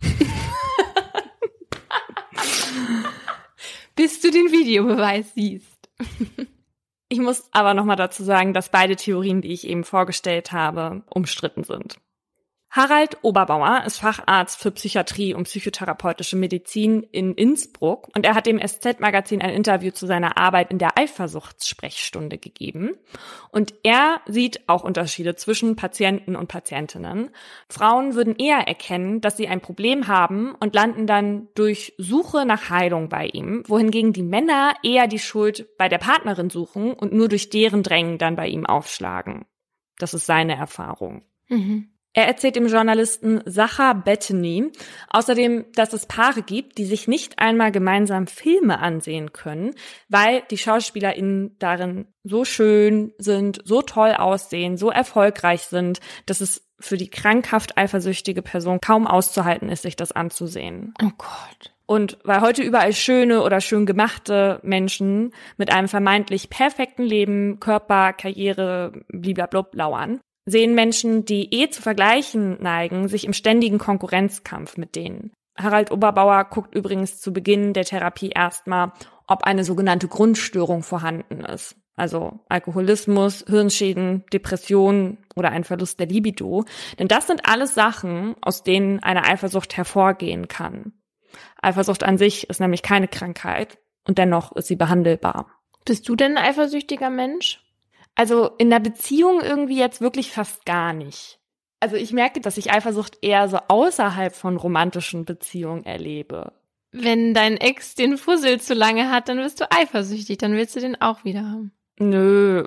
Bis du den Videobeweis siehst. Ich muss aber nochmal dazu sagen, dass beide Theorien, die ich eben vorgestellt habe, umstritten sind. Harald Oberbauer ist Facharzt für Psychiatrie und psychotherapeutische Medizin in Innsbruck und er hat dem S Z-Magazin ein Interview zu seiner Arbeit in der Eifersuchtssprechstunde gegeben. Und er sieht auch Unterschiede zwischen Patienten und Patientinnen. Frauen würden eher erkennen, dass sie ein Problem haben und landen dann durch Suche nach Heilung bei ihm, wohingegen die Männer eher die Schuld bei der Partnerin suchen und nur durch deren Drängen dann bei ihm aufschlagen. Das ist seine Erfahrung. Mhm. Er erzählt dem Journalisten Sacha Bettany außerdem, dass es Paare gibt, die sich nicht einmal gemeinsam Filme ansehen können, weil die SchauspielerInnen darin so schön sind, so toll aussehen, so erfolgreich sind, dass es für die krankhaft eifersüchtige Person kaum auszuhalten ist, sich das anzusehen. Oh Gott. Und weil heute überall schöne oder schön gemachte Menschen mit einem vermeintlich perfekten Leben, Körper, Karriere, blablabla lauern, sehen Menschen, die eh zu vergleichen neigen, sich im ständigen Konkurrenzkampf mit denen. Harald Oberbauer guckt übrigens zu Beginn der Therapie erstmal, ob eine sogenannte Grundstörung vorhanden ist. Also Alkoholismus, Hirnschäden, Depressionen oder ein Verlust der Libido. Denn das sind alles Sachen, aus denen eine Eifersucht hervorgehen kann. Eifersucht an sich ist nämlich keine Krankheit und dennoch ist sie behandelbar. Bist du denn ein eifersüchtiger Mensch? Also in der Beziehung irgendwie jetzt wirklich fast gar nicht. Also ich merke, dass ich Eifersucht eher so außerhalb von romantischen Beziehungen erlebe. Wenn dein Ex den Fussel zu lange hat, dann wirst du eifersüchtig, dann willst du den auch wieder haben. Nö.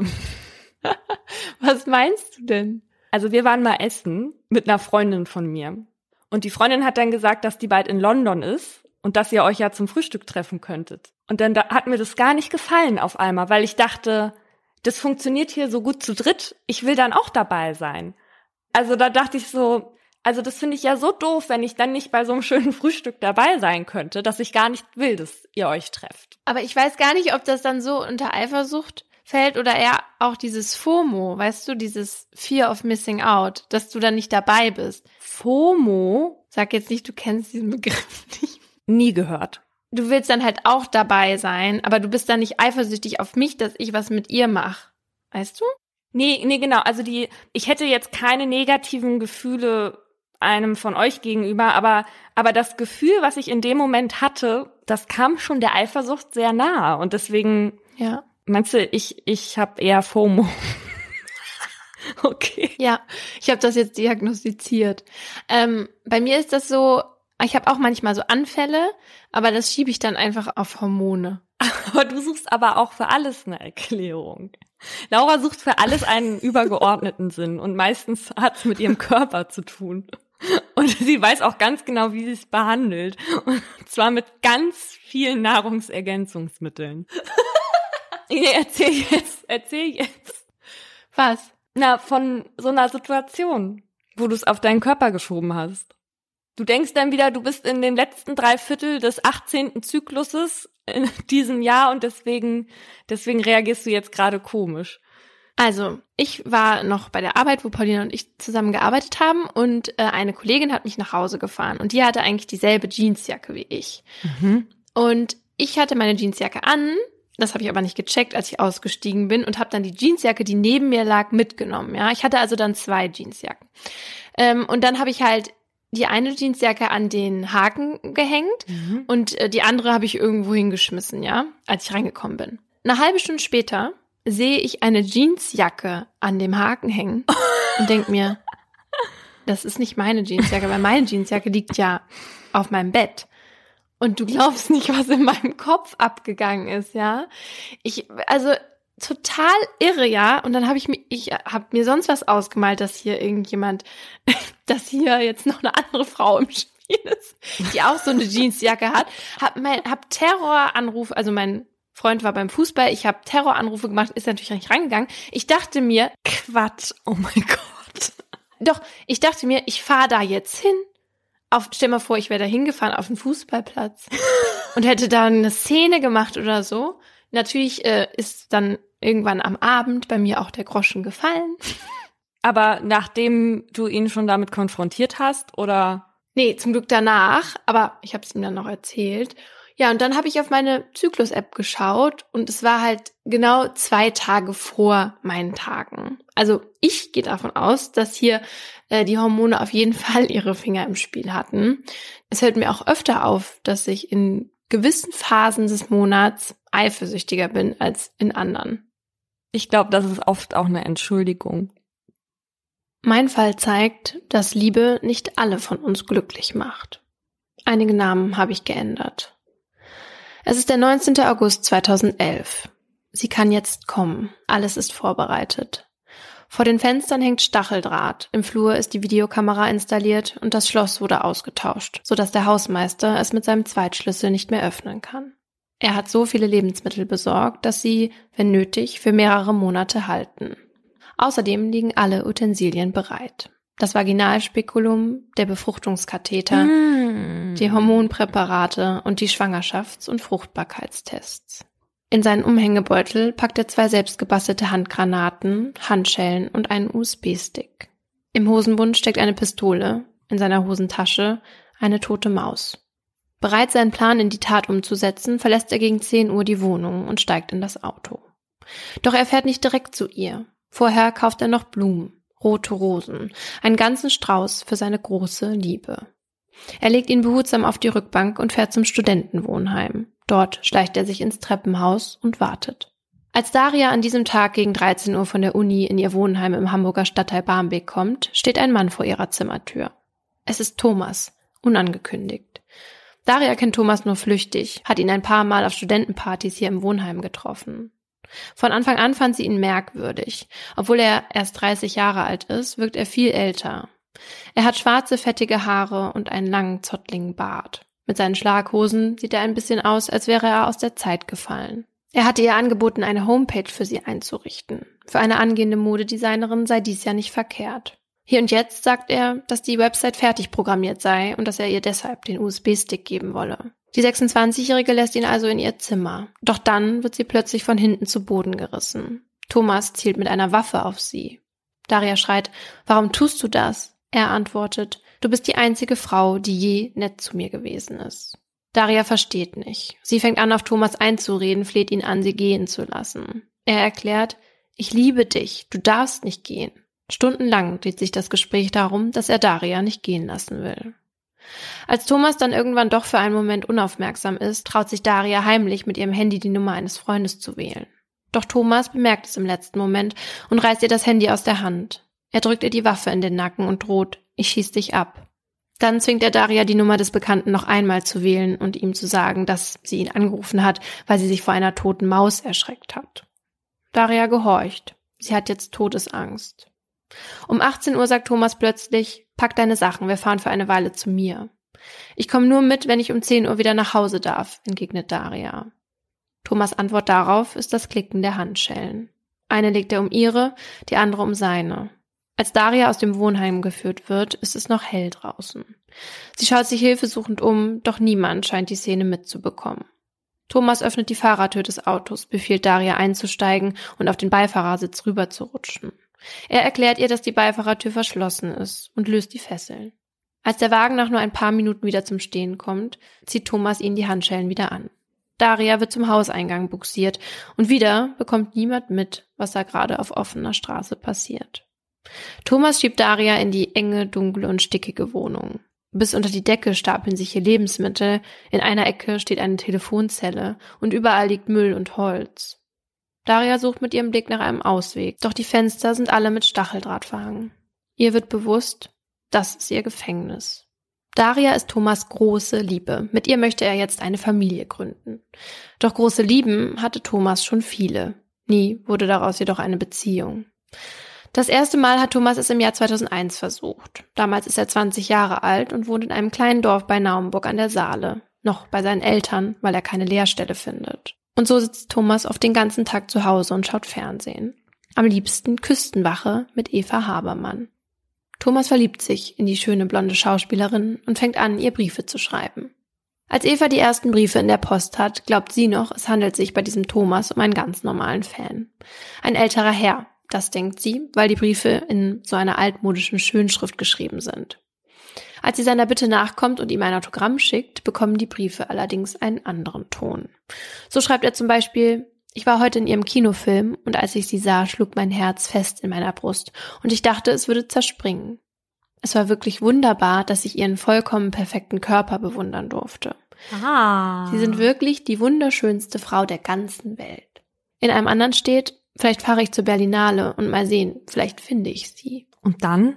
Was meinst du denn? Also wir waren mal essen mit einer Freundin von mir. Und die Freundin hat dann gesagt, dass die bald in London ist und dass ihr euch ja zum Frühstück treffen könntet. Und dann da hat mir das gar nicht gefallen auf einmal, weil ich dachte, das funktioniert hier so gut zu dritt, ich will dann auch dabei sein. Also da dachte ich so, also das finde ich ja so doof, wenn ich dann nicht bei so einem schönen Frühstück dabei sein könnte, dass ich gar nicht will, dass ihr euch trefft. Aber ich weiß gar nicht, ob das dann so unter Eifersucht fällt oder eher auch dieses FOMO, weißt du, dieses Fear of Missing Out, dass du dann nicht dabei bist. FOMO? Sag jetzt nicht, du kennst diesen Begriff nicht. Nie gehört. Du willst dann halt auch dabei sein, aber du bist dann nicht eifersüchtig auf mich, dass ich was mit ihr mache. Weißt du? Nee, nee, genau. Also die, ich hätte jetzt keine negativen Gefühle einem von euch gegenüber, aber, aber das Gefühl, was ich in dem Moment hatte, das kam schon der Eifersucht sehr nah. Und deswegen, ja. Meinst du, ich, ich habe eher FOMO? Okay. Ja, ich habe das jetzt diagnostiziert. Ähm, bei mir ist das so, ich habe auch manchmal so Anfälle, aber das schiebe ich dann einfach auf Hormone. Aber du suchst aber auch für alles eine Erklärung. Laura sucht für alles einen übergeordneten Sinn und meistens hat es mit ihrem Körper zu tun. Und sie weiß auch ganz genau, wie sie es behandelt. Und zwar mit ganz vielen Nahrungsergänzungsmitteln. Nee, erzähl jetzt, erzähl jetzt. Was? Na, von so einer Situation, wo du es auf deinen Körper geschoben hast. Du denkst dann wieder, du bist in den letzten drei Viertel des achtzehnten Zykluses in diesem Jahr und deswegen, deswegen reagierst du jetzt gerade komisch. Also, ich war noch bei der Arbeit, wo Paulina und ich zusammen gearbeitet haben und äh, eine Kollegin hat mich nach Hause gefahren und die hatte eigentlich dieselbe Jeansjacke wie ich. Mhm. Und ich hatte meine Jeansjacke an, das habe ich aber nicht gecheckt, als ich ausgestiegen bin und habe dann die Jeansjacke, die neben mir lag, mitgenommen. Ja, ich hatte also dann zwei Jeansjacken. Ähm, und dann habe ich halt die eine Jeansjacke an den Haken gehängt Mhm. und äh, die andere habe ich irgendwo hingeschmissen, ja, als ich reingekommen bin. Eine halbe Stunde später sehe ich eine Jeansjacke an dem Haken hängen und denke mir, das ist nicht meine Jeansjacke, weil meine Jeansjacke liegt ja auf meinem Bett. Und du glaubst nicht, was in meinem Kopf abgegangen ist, ja. Ich, also total irre, ja. Und dann habe ich mir, ich habe mir sonst was ausgemalt, dass hier irgendjemand, dass hier jetzt noch eine andere Frau im Spiel ist, die auch so eine Jeansjacke hat. Hab mein, hab Terroranrufe, also mein Freund war beim Fußball, ich habe Terroranrufe gemacht, ist natürlich nicht reingegangen. Ich dachte mir, Quatsch, oh mein Gott. doch, ich dachte mir, ich fahre da jetzt hin. Auf, stell mal vor, ich wäre da hingefahren auf den Fußballplatz und hätte da eine Szene gemacht oder so. Natürlich äh, ist dann irgendwann am Abend bei mir auch der Groschen gefallen. Aber nachdem du ihn schon damit konfrontiert hast, oder? Nee, zum Glück danach, aber ich habe es ihm dann noch erzählt. Ja, und dann habe ich auf meine Zyklus-App geschaut und es war halt genau zwei Tage vor meinen Tagen. Also ich gehe davon aus, dass hier äh, die Hormone auf jeden Fall ihre Finger im Spiel hatten. Es fällt mir auch öfter auf, dass ich in gewissen Phasen des Monats eifersüchtiger bin als in anderen. Ich glaube, das ist oft auch eine Entschuldigung. Mein Fall zeigt, dass Liebe nicht alle von uns glücklich macht. Einige Namen habe ich geändert. Es ist der neunzehnten August zweitausendelf. Sie kann jetzt kommen. Alles ist vorbereitet. Vor den Fenstern hängt Stacheldraht. Im Flur ist die Videokamera installiert und das Schloss wurde ausgetauscht, sodass der Hausmeister es mit seinem Zweitschlüssel nicht mehr öffnen kann. Er hat so viele Lebensmittel besorgt, dass sie, wenn nötig, für mehrere Monate halten. Außerdem liegen alle Utensilien bereit. Das Vaginalspekulum, der Befruchtungskatheter, Mm. die Hormonpräparate und die Schwangerschafts- und Fruchtbarkeitstests. In seinen Umhängebeutel packt er zwei selbstgebastelte Handgranaten, Handschellen und einen U S B-Stick. Im Hosenbund steckt eine Pistole, in seiner Hosentasche eine tote Maus. Bereit, seinen Plan in die Tat umzusetzen, verlässt er gegen zehn Uhr die Wohnung und steigt in das Auto. Doch er fährt nicht direkt zu ihr. Vorher kauft er noch Blumen, rote Rosen, einen ganzen Strauß für seine große Liebe. Er legt ihn behutsam auf die Rückbank und fährt zum Studentenwohnheim. Dort schleicht er sich ins Treppenhaus und wartet. Als Daria an diesem Tag gegen dreizehn Uhr von der Uni in ihr Wohnheim im Hamburger Stadtteil Barmbek kommt, steht ein Mann vor ihrer Zimmertür. Es ist Thomas, unangekündigt. Daria kennt Thomas nur flüchtig, hat ihn ein paar Mal auf Studentenpartys hier im Wohnheim getroffen. Von Anfang an fand sie ihn merkwürdig. Obwohl er erst dreißig Jahre alt ist, wirkt er viel älter. Er hat schwarze, fettige Haare und einen langen, zottligen Bart. Mit seinen Schlaghosen sieht er ein bisschen aus, als wäre er aus der Zeit gefallen. Er hatte ihr angeboten, eine Homepage für sie einzurichten. Für eine angehende Modedesignerin sei dies ja nicht verkehrt. Hier und jetzt sagt er, dass die Website fertig programmiert sei und dass er ihr deshalb den U S B-Stick geben wolle. Die sechsundzwanzigjährige lässt ihn also in ihr Zimmer. Doch dann wird sie plötzlich von hinten zu Boden gerissen. Thomas zielt mit einer Waffe auf sie. Daria schreit, warum tust du das? Er antwortet, du bist die einzige Frau, die je nett zu mir gewesen ist. Daria versteht nicht. Sie fängt an, auf Thomas einzureden, fleht ihn an, sie gehen zu lassen. Er erklärt, ich liebe dich, du darfst nicht gehen. Stundenlang dreht sich das Gespräch darum, dass er Daria nicht gehen lassen will. Als Thomas dann irgendwann doch für einen Moment unaufmerksam ist, traut sich Daria heimlich mit ihrem Handy die Nummer eines Freundes zu wählen. Doch Thomas bemerkt es im letzten Moment und reißt ihr das Handy aus der Hand. Er drückt ihr die Waffe in den Nacken und droht, ich schieß dich ab. Dann zwingt er Daria, die Nummer des Bekannten noch einmal zu wählen und ihm zu sagen, dass sie ihn angerufen hat, weil sie sich vor einer toten Maus erschreckt hat. Daria gehorcht. Sie hat jetzt Todesangst. Um achtzehn Uhr sagt Thomas plötzlich, pack deine Sachen, wir fahren für eine Weile zu mir. Ich komme nur mit, wenn ich um zehn Uhr wieder nach Hause darf, entgegnet Daria. Thomas' Antwort darauf ist das Klicken der Handschellen. Eine legt er um ihre, die andere um seine. Als Daria aus dem Wohnheim geführt wird, ist es noch hell draußen. Sie schaut sich hilfesuchend um, doch niemand scheint die Szene mitzubekommen. Thomas öffnet die Fahrertür des Autos, befiehlt Daria einzusteigen und auf den Beifahrersitz rüber zu rutschen. Er erklärt ihr, dass die Beifahrertür verschlossen ist und löst die Fesseln. Als der Wagen nach nur ein paar Minuten wieder zum Stehen kommt, zieht Thomas ihnen die Handschellen wieder an. Daria wird zum Hauseingang bugsiert und wieder bekommt niemand mit, was da gerade auf offener Straße passiert. Thomas schiebt Daria in die enge, dunkle und stickige Wohnung. Bis unter die Decke stapeln sich hier Lebensmittel, in einer Ecke steht eine Telefonzelle und überall liegt Müll und Holz. Daria sucht mit ihrem Blick nach einem Ausweg, doch die Fenster sind alle mit Stacheldraht verhangen. Ihr wird bewusst, das ist ihr Gefängnis. Daria ist Thomas große Liebe. Mit ihr möchte er jetzt eine Familie gründen. Doch große Lieben hatte Thomas schon viele. Nie wurde daraus jedoch eine Beziehung. Das erste Mal hat Thomas es im Jahr zweitausendeins versucht. Damals ist er zwanzig Jahre alt und wohnt in einem kleinen Dorf bei Naumburg an der Saale. Noch bei seinen Eltern, weil er keine Lehrstelle findet. Und so sitzt Thomas oft den ganzen Tag zu Hause und schaut Fernsehen. Am liebsten Küstenwache mit Eva Habermann. Thomas verliebt sich in die schöne blonde Schauspielerin und fängt an, ihr Briefe zu schreiben. Als Eva die ersten Briefe in der Post hat, glaubt sie noch, es handelt sich bei diesem Thomas um einen ganz normalen Fan. Ein älterer Herr, das denkt sie, weil die Briefe in so einer altmodischen Schönschrift geschrieben sind. Als sie seiner Bitte nachkommt und ihm ein Autogramm schickt, bekommen die Briefe allerdings einen anderen Ton. So schreibt er zum Beispiel: Ich war heute in ihrem Kinofilm und als ich sie sah, schlug mein Herz fest in meiner Brust und ich dachte, es würde zerspringen. Es war wirklich wunderbar, dass ich ihren vollkommen perfekten Körper bewundern durfte. Ah. Sie sind wirklich die wunderschönste Frau der ganzen Welt. In einem anderen steht: Vielleicht fahre ich zur Berlinale und mal sehen, vielleicht finde ich sie. Und dann?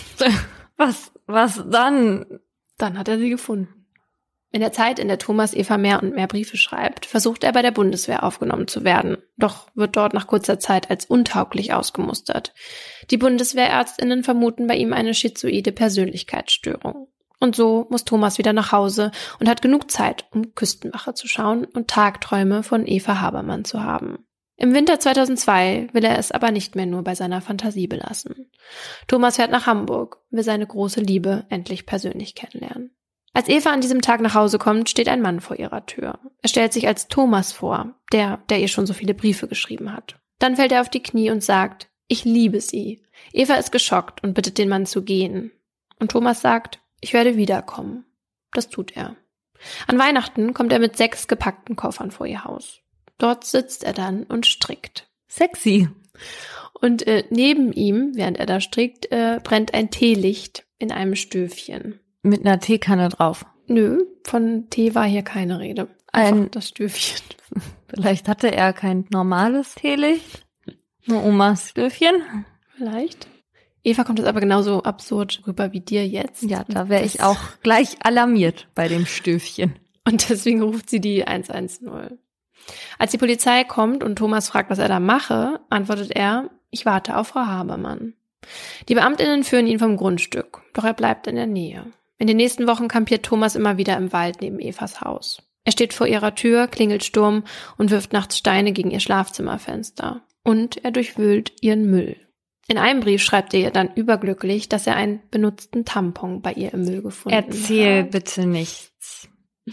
Was, was dann? Dann hat er sie gefunden. In der Zeit, in der Thomas Eva mehr und mehr Briefe schreibt, versucht er bei der Bundeswehr aufgenommen zu werden, doch wird dort nach kurzer Zeit als untauglich ausgemustert. Die Bundeswehrärztinnen vermuten bei ihm eine schizoide Persönlichkeitsstörung. Und so muss Thomas wieder nach Hause und hat genug Zeit, um Küstenwache zu schauen und Tagträume von Eva Habermann zu haben. Im Winter zweitausendzwei will er es aber nicht mehr nur bei seiner Fantasie belassen. Thomas fährt nach Hamburg, will seine große Liebe endlich persönlich kennenlernen. Als Eva an diesem Tag nach Hause kommt, steht ein Mann vor ihrer Tür. Er stellt sich als Thomas vor, der, der ihr schon so viele Briefe geschrieben hat. Dann fällt er auf die Knie und sagt: Ich liebe sie. Eva ist geschockt und bittet den Mann zu gehen. Und Thomas sagt: Ich werde wiederkommen. Das tut er. An Weihnachten kommt er mit sechs gepackten Koffern vor ihr Haus. Dort sitzt er dann und strickt. Sexy. Und äh, neben ihm, während er da strickt, äh, brennt ein Teelicht in einem Stöfchen. Mit einer Teekanne drauf. Nö, von Tee war hier keine Rede. Ein Einfach das Stöfchen. Vielleicht hatte er kein normales Teelicht. Nur Omas Stöfchen. Vielleicht. Eva kommt das aber genauso absurd rüber wie dir jetzt. Ja, da wäre ich auch gleich alarmiert bei dem Stöfchen. Und deswegen ruft sie die eins eins null. Als die Polizei kommt und Thomas fragt, was er da mache, antwortet er: Ich warte auf Frau Habermann. Die Beamtinnen führen ihn vom Grundstück, doch er bleibt in der Nähe. In den nächsten Wochen kampiert Thomas immer wieder im Wald neben Evas Haus. Er steht vor ihrer Tür, klingelt Sturm und wirft nachts Steine gegen ihr Schlafzimmerfenster. Und er durchwühlt ihren Müll. In einem Brief schreibt er ihr dann überglücklich, dass er einen benutzten Tampon bei ihr im Müll gefunden hat. Erzähl bitte nichts.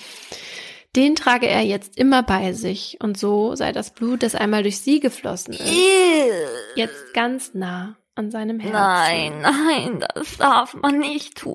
Den trage er jetzt immer bei sich und so sei das Blut, das einmal durch sie geflossen ist, jetzt ganz nah an seinem Herzen. Nein, nein, das darf man nicht tun.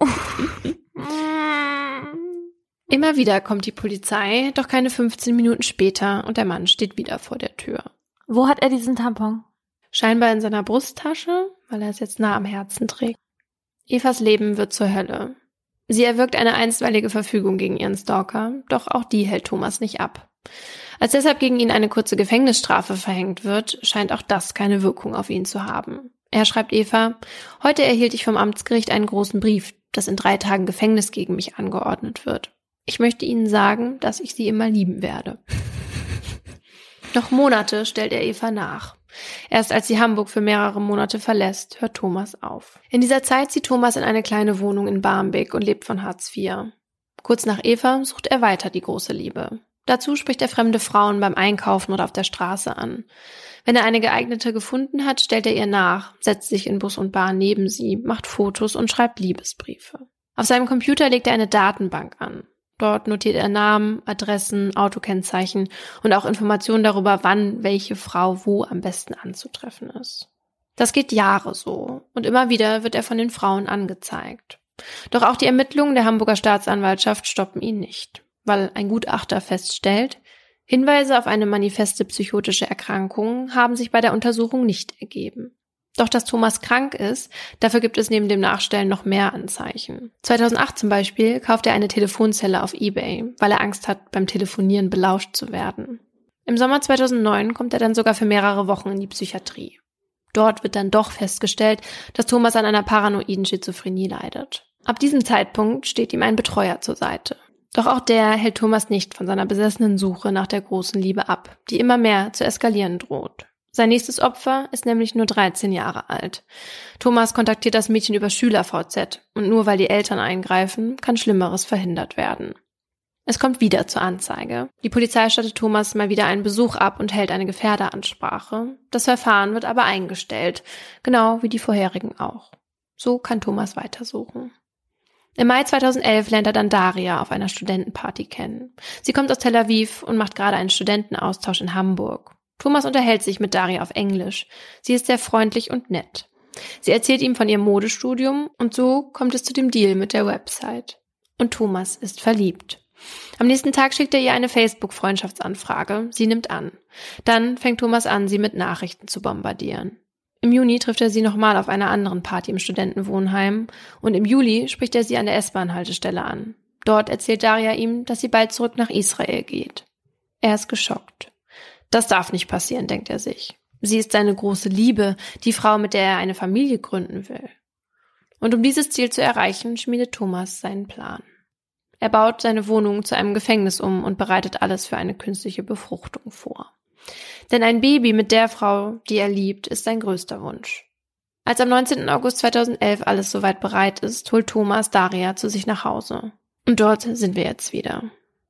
Immer wieder kommt die Polizei, doch keine fünfzehn Minuten später und der Mann steht wieder vor der Tür. Wo hat er diesen Tampon? Scheinbar in seiner Brusttasche, weil er es jetzt nah am Herzen trägt. Evas Leben wird zur Hölle. Sie erwirkt eine einstweilige Verfügung gegen ihren Stalker, doch auch die hält Thomas nicht ab. Als deshalb gegen ihn eine kurze Gefängnisstrafe verhängt wird, scheint auch das keine Wirkung auf ihn zu haben. Er schreibt Eva: Heute erhielt ich vom Amtsgericht einen großen Brief, dass in drei Tagen Gefängnis gegen mich angeordnet wird. Ich möchte Ihnen sagen, dass ich Sie immer lieben werde. Noch Monate stellt er Eva nach. Erst als sie Hamburg für mehrere Monate verlässt, hört Thomas auf. In dieser Zeit zieht Thomas in eine kleine Wohnung in Barmbek und lebt von Hartz vier. Kurz nach Eva sucht er weiter die große Liebe. Dazu spricht er fremde Frauen beim Einkaufen oder auf der Straße an. Wenn er eine geeignete gefunden hat, stellt er ihr nach, setzt sich in Bus und Bahn neben sie, macht Fotos und schreibt Liebesbriefe. Auf seinem Computer legt er eine Datenbank an. Dort notiert er Namen, Adressen, Autokennzeichen und auch Informationen darüber, wann welche Frau wo am besten anzutreffen ist. Das geht Jahre so und immer wieder wird er von den Frauen angezeigt. Doch auch die Ermittlungen der Hamburger Staatsanwaltschaft stoppen ihn nicht, weil ein Gutachter feststellt, Hinweise auf eine manifeste psychotische Erkrankung haben sich bei der Untersuchung nicht ergeben. Doch dass Thomas krank ist, dafür gibt es neben dem Nachstellen noch mehr Anzeichen. zweitausendacht zum Beispiel kauft er eine Telefonzelle auf eBay, weil er Angst hat, beim Telefonieren belauscht zu werden. Im Sommer zweitausendneun kommt er dann sogar für mehrere Wochen in die Psychiatrie. Dort wird dann doch festgestellt, dass Thomas an einer paranoiden Schizophrenie leidet. Ab diesem Zeitpunkt steht ihm ein Betreuer zur Seite. Doch auch der hält Thomas nicht von seiner besessenen Suche nach der großen Liebe ab, die immer mehr zu eskalieren droht. Sein nächstes Opfer ist nämlich nur dreizehn Jahre alt. Thomas kontaktiert das Mädchen über Schüler-V Z und nur weil die Eltern eingreifen, kann Schlimmeres verhindert werden. Es kommt wieder zur Anzeige. Die Polizei stattet Thomas mal wieder einen Besuch ab und hält eine Gefährderansprache. Das Verfahren wird aber eingestellt, genau wie die vorherigen auch. So kann Thomas weitersuchen. Im Mai zweitausendelf lernt er dann Daria auf einer Studentenparty kennen. Sie kommt aus Tel Aviv und macht gerade einen Studentenaustausch in Hamburg. Thomas unterhält sich mit Daria auf Englisch. Sie ist sehr freundlich und nett. Sie erzählt ihm von ihrem Modestudium und so kommt es zu dem Deal mit der Website. Und Thomas ist verliebt. Am nächsten Tag schickt er ihr eine Facebook-Freundschaftsanfrage. Sie nimmt an. Dann fängt Thomas an, sie mit Nachrichten zu bombardieren. Im Juni trifft er sie nochmal auf einer anderen Party im Studentenwohnheim und im Juli spricht er sie an der S-Bahn-Haltestelle an. Dort erzählt Daria ihm, dass sie bald zurück nach Israel geht. Er ist geschockt. Das darf nicht passieren, denkt er sich. Sie ist seine große Liebe, die Frau, mit der er eine Familie gründen will. Und um dieses Ziel zu erreichen, schmiedet Thomas seinen Plan. Er baut seine Wohnung zu einem Gefängnis um und bereitet alles für eine künstliche Befruchtung vor. Denn ein Baby mit der Frau, die er liebt, ist sein größter Wunsch. Als am neunzehnten August zweitausendelf alles soweit bereit ist, holt Thomas Daria zu sich nach Hause. Und dort sind wir jetzt wieder.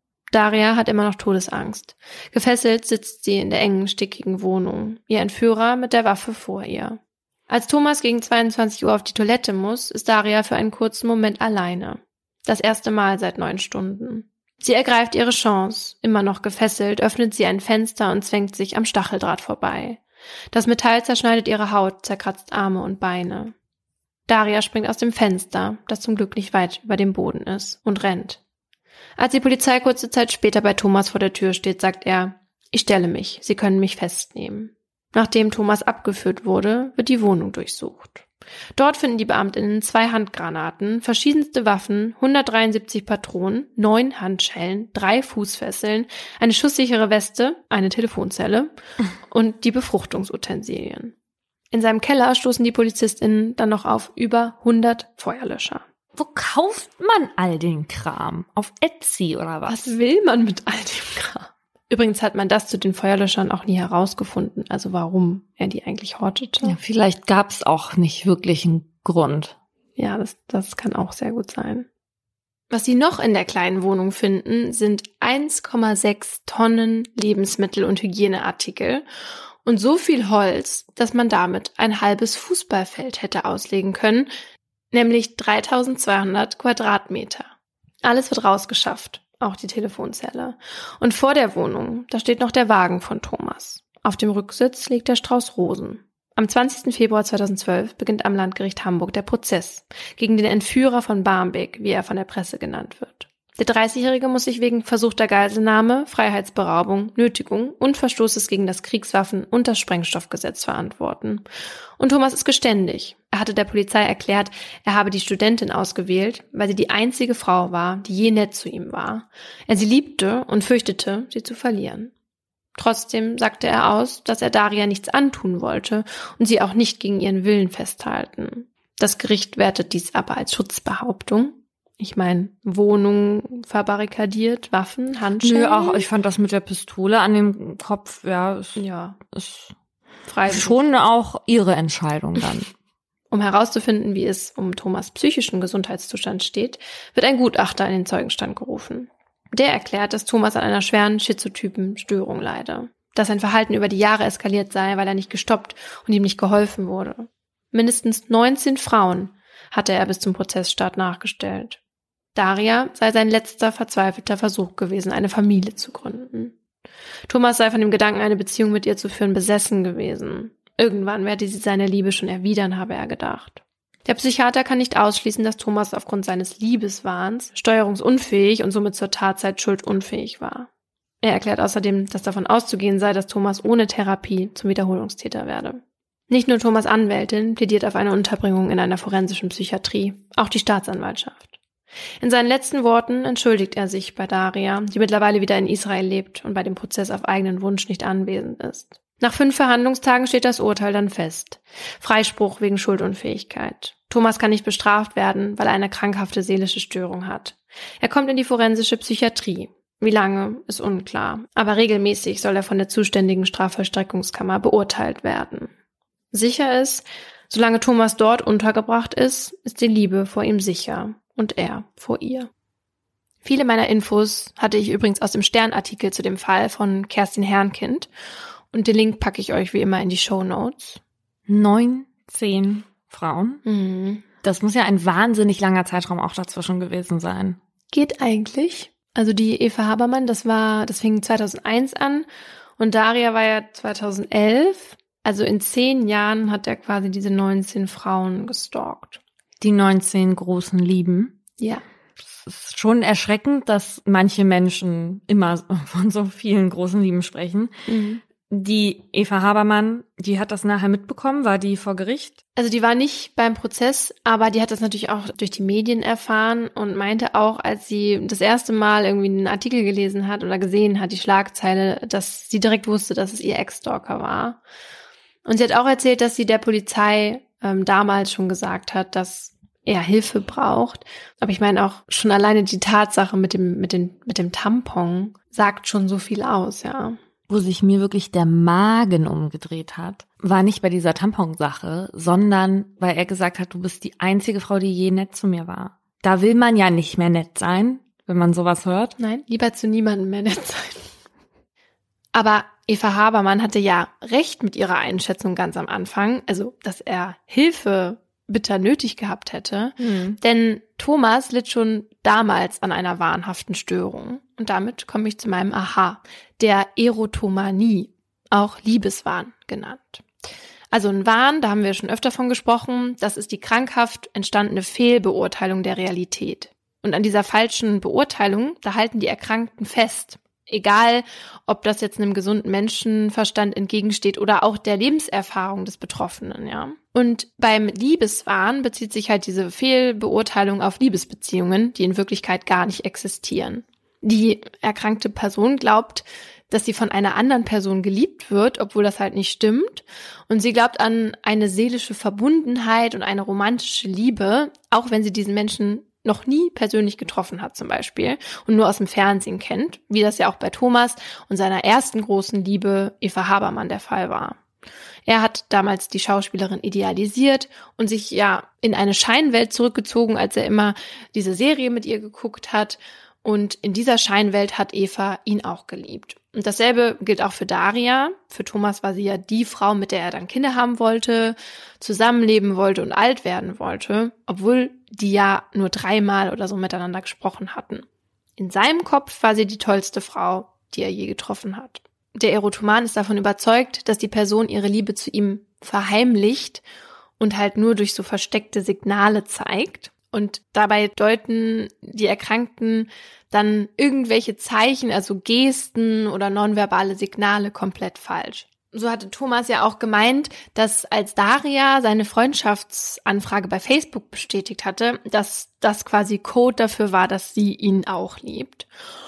Daria hat immer noch Todesangst. Gefesselt sitzt sie in der engen, stickigen Wohnung, ihr Entführer mit der Waffe vor ihr. Als Thomas gegen zweiundzwanzig Uhr auf die Toilette muss, ist Daria für einen kurzen Moment alleine. Das erste Mal seit neun Stunden. Sie ergreift ihre Chance. Immer noch gefesselt, öffnet sie ein Fenster und zwängt sich am Stacheldraht vorbei. Das Metall zerschneidet ihre Haut, zerkratzt Arme und Beine. Daria springt aus dem Fenster, das zum Glück nicht weit über dem Boden ist, und rennt. Als die Polizei kurze Zeit später bei Thomas vor der Tür steht, sagt er, ich stelle mich, Sie können mich festnehmen. Nachdem Thomas abgeführt wurde, wird die Wohnung durchsucht. Dort finden die Beamtinnen zwei Handgranaten, verschiedenste Waffen, hundertdreiundsiebzig Patronen, neun Handschellen, drei Fußfesseln, eine schusssichere Weste, eine Telefonzelle und die Befruchtungsutensilien. In seinem Keller stoßen die PolizistInnen dann noch auf über hundert Feuerlöscher. Wo kauft man all den Kram? Auf Etsy oder was? Was will man mit all dem Kram? Übrigens hat man das zu den Feuerlöschern auch nie herausgefunden, also warum er die eigentlich hortete. Ja, vielleicht gab es auch nicht wirklich einen Grund. Ja, das, das kann auch sehr gut sein. Was sie noch in der kleinen Wohnung finden, sind eins Komma sechs Tonnen Lebensmittel und Hygieneartikel und so viel Holz, dass man damit ein halbes Fußballfeld hätte auslegen können, nämlich dreitausendzweihundert Quadratmeter. Alles wird rausgeschafft, auch die Telefonzelle. Und vor der Wohnung, da steht noch der Wagen von Thomas. Auf dem Rücksitz liegt der Strauß Rosen. Am zwanzigsten Februar zweitausendzwölf beginnt am Landgericht Hamburg der Prozess gegen den Entführer von Barmbek, wie er von der Presse genannt wird. Der dreißigjährige muss sich wegen versuchter Geiselnahme, Freiheitsberaubung, Nötigung und Verstoßes gegen das Kriegswaffen- und das Sprengstoffgesetz verantworten. Und Thomas ist geständig. Er hatte der Polizei erklärt, er habe die Studentin ausgewählt, weil sie die einzige Frau war, die je nett zu ihm war. Er sie liebte und fürchtete, sie zu verlieren. Trotzdem sagte er aus, dass er Daria nichts antun wollte und sie auch nicht gegen ihren Willen festhalten. Das Gericht wertet dies aber als Schutzbehauptung. Ich meine, Wohnung verbarrikadiert, Waffen, Handschellen. Nö, auch ich fand das mit der Pistole an dem Kopf, ja, ist, ja, ist freiwillig. Schon auch ihre Entscheidung dann. Um herauszufinden, wie es um Thomas' psychischen Gesundheitszustand steht, wird ein Gutachter in den Zeugenstand gerufen. Der erklärt, dass Thomas an einer schweren schizotypen Störung leide. Dass sein Verhalten über die Jahre eskaliert sei, weil er nicht gestoppt und ihm nicht geholfen wurde. Mindestens neunzehn Frauen hatte er bis zum Prozessstart nachgestellt. Daria sei sein letzter verzweifelter Versuch gewesen, eine Familie zu gründen. Thomas sei von dem Gedanken, eine Beziehung mit ihr zu führen, besessen gewesen. Irgendwann werde sie seine Liebe schon erwidern, habe er gedacht. Der Psychiater kann nicht ausschließen, dass Thomas aufgrund seines Liebeswahns steuerungsunfähig und somit zur Tatzeit schuldunfähig war. Er erklärt außerdem, dass davon auszugehen sei, dass Thomas ohne Therapie zum Wiederholungstäter werde. Nicht nur Thomas' Anwältin plädiert auf eine Unterbringung in einer forensischen Psychiatrie, auch die Staatsanwaltschaft. In seinen letzten Worten entschuldigt er sich bei Daria, die mittlerweile wieder in Israel lebt und bei dem Prozess auf eigenen Wunsch nicht anwesend ist. Nach fünf Verhandlungstagen steht das Urteil dann fest. Freispruch wegen Schuldunfähigkeit. Thomas kann nicht bestraft werden, weil er eine krankhafte seelische Störung hat. Er kommt in die forensische Psychiatrie. Wie lange, ist unklar. Aber regelmäßig soll er von der zuständigen Strafvollstreckungskammer beurteilt werden. Sicher ist, solange Thomas dort untergebracht ist, ist die Liebe vor ihm sicher. Und er vor ihr. Viele meiner Infos hatte ich übrigens aus dem Stern-Artikel zu dem Fall von Kerstin Herrnkind und den Link packe ich euch wie immer in die Shownotes. neunzehn Frauen? Mhm. Das muss ja ein wahnsinnig langer Zeitraum auch dazwischen gewesen sein. Geht eigentlich. Also die Eva Habermann, das war, das fing zweitausendeins an und Daria war ja zweitausendelf. Also in zehn Jahren hat er quasi diese neunzehn Frauen gestalkt. Die neunzehn großen Lieben. Ja. Es ist schon erschreckend, dass manche Menschen immer von so vielen großen Lieben sprechen. Mhm. Die Eva Habermann, die hat das nachher mitbekommen, war die vor Gericht? Also die war nicht beim Prozess, aber die hat das natürlich auch durch die Medien erfahren und meinte auch, als sie das erste Mal irgendwie einen Artikel gelesen hat oder gesehen hat, die Schlagzeile, dass sie direkt wusste, dass es ihr Ex-Stalker war. Und sie hat auch erzählt, dass sie der Polizei ähm, damals schon gesagt hat, dass er Hilfe braucht. Aber ich meine auch schon alleine die Tatsache mit dem mit dem mit dem Tampon sagt schon so viel aus, ja. Wo sich mir wirklich der Magen umgedreht hat, war nicht bei dieser Tamponsache, sondern weil er gesagt hat, du bist die einzige Frau, die je nett zu mir war. Da will man ja nicht mehr nett sein, wenn man sowas hört. Nein, lieber zu niemandem mehr nett sein. Aber Eva Habermann hatte ja recht mit ihrer Einschätzung ganz am Anfang, also dass er Hilfe bitter nötig gehabt hätte, Mhm. denn Thomas litt schon damals an einer wahnhaften Störung. Und damit komme ich zu meinem Aha, der Erotomanie, auch Liebeswahn genannt. Also ein Wahn, da haben wir schon öfter von gesprochen, das ist die krankhaft entstandene Fehlbeurteilung der Realität. Und an dieser falschen Beurteilung, da halten die Erkrankten fest. Egal, ob das jetzt einem gesunden Menschenverstand entgegensteht oder auch der Lebenserfahrung des Betroffenen, ja. Und beim Liebeswahn bezieht sich halt diese Fehlbeurteilung auf Liebesbeziehungen, die in Wirklichkeit gar nicht existieren. Die erkrankte Person glaubt, dass sie von einer anderen Person geliebt wird, obwohl das halt nicht stimmt. Und sie glaubt an eine seelische Verbundenheit und eine romantische Liebe, auch wenn sie diesen Menschen noch nie persönlich getroffen hat zum Beispiel und nur aus dem Fernsehen kennt, wie das ja auch bei Thomas und seiner ersten großen Liebe Eva Habermann der Fall war. Er hat damals die Schauspielerin idealisiert und sich ja in eine Scheinwelt zurückgezogen, als er immer diese Serie mit ihr geguckt hat. Und in dieser Scheinwelt hat Eva ihn auch geliebt. Und dasselbe gilt auch für Daria. Für Thomas war sie ja die Frau, mit der er dann Kinder haben wollte, zusammenleben wollte und alt werden wollte, obwohl die ja nur dreimal oder so miteinander gesprochen hatten. In seinem Kopf war sie die tollste Frau, die er je getroffen hat. Der Erotoman ist davon überzeugt, dass die Person ihre Liebe zu ihm verheimlicht und halt nur durch so versteckte Signale zeigt. Und dabei deuten die Erkrankten dann irgendwelche Zeichen, also Gesten oder nonverbale Signale komplett falsch. So hatte Thomas ja auch gemeint, dass als Daria seine Freundschaftsanfrage bei Facebook bestätigt hatte, dass das quasi Code dafür war, dass sie ihn auch liebt.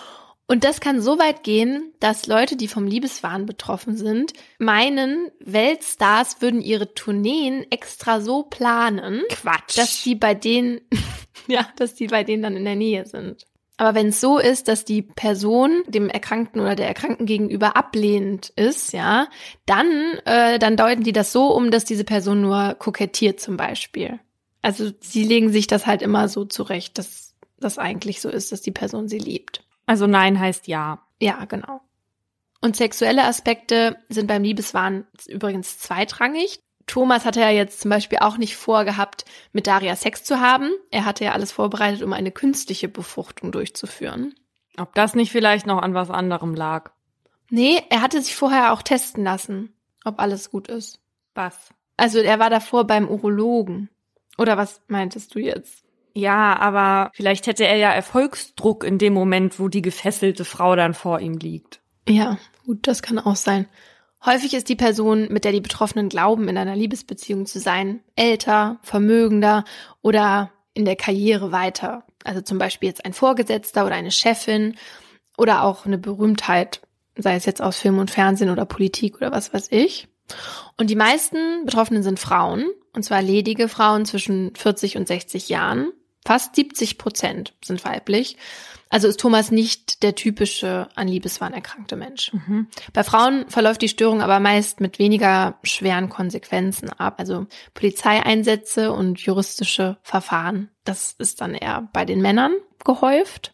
Und das kann so weit gehen, dass Leute, die vom Liebeswahn betroffen sind, meinen, Weltstars würden ihre Tourneen extra so planen, Quatsch. dass die bei denen, ja, dass die bei denen dann in der Nähe sind. Aber wenn es so ist, dass die Person dem Erkrankten oder der Erkrankten gegenüber ablehnend ist, ja, dann, äh, dann deuten die das so um, dass diese Person nur kokettiert zum Beispiel. Also sie legen sich das halt immer so zurecht, dass das eigentlich so ist, dass die Person sie liebt. Also nein heißt ja. Ja, genau. Und sexuelle Aspekte sind beim Liebeswahn übrigens zweitrangig. Thomas hatte ja jetzt zum Beispiel auch nicht vorgehabt, mit Daria Sex zu haben. Er hatte ja alles vorbereitet, um eine künstliche Befruchtung durchzuführen. Ob das nicht vielleicht noch an was anderem lag? Nee, er hatte sich vorher auch testen lassen, ob alles gut ist. Was? Also er war davor beim Urologen. Oder was meintest du jetzt? Ja, aber vielleicht hätte er ja Erfolgsdruck in dem Moment, wo die gefesselte Frau dann vor ihm liegt. Ja, gut, das kann auch sein. Häufig ist die Person, mit der die Betroffenen glauben, in einer Liebesbeziehung zu sein, älter, vermögender oder in der Karriere weiter. Also zum Beispiel jetzt ein Vorgesetzter oder eine Chefin oder auch eine Berühmtheit, sei es jetzt aus Film und Fernsehen oder Politik oder was weiß ich. Und die meisten Betroffenen sind Frauen, und zwar ledige Frauen zwischen vierzig und sechzig Jahren. Fast siebzig Prozent sind weiblich. Also ist Thomas nicht der typische an Liebeswahn erkrankte Mensch. Mhm. Bei Frauen verläuft die Störung aber meist mit weniger schweren Konsequenzen ab. Also Polizeieinsätze und juristische Verfahren. Das ist dann eher bei den Männern gehäuft.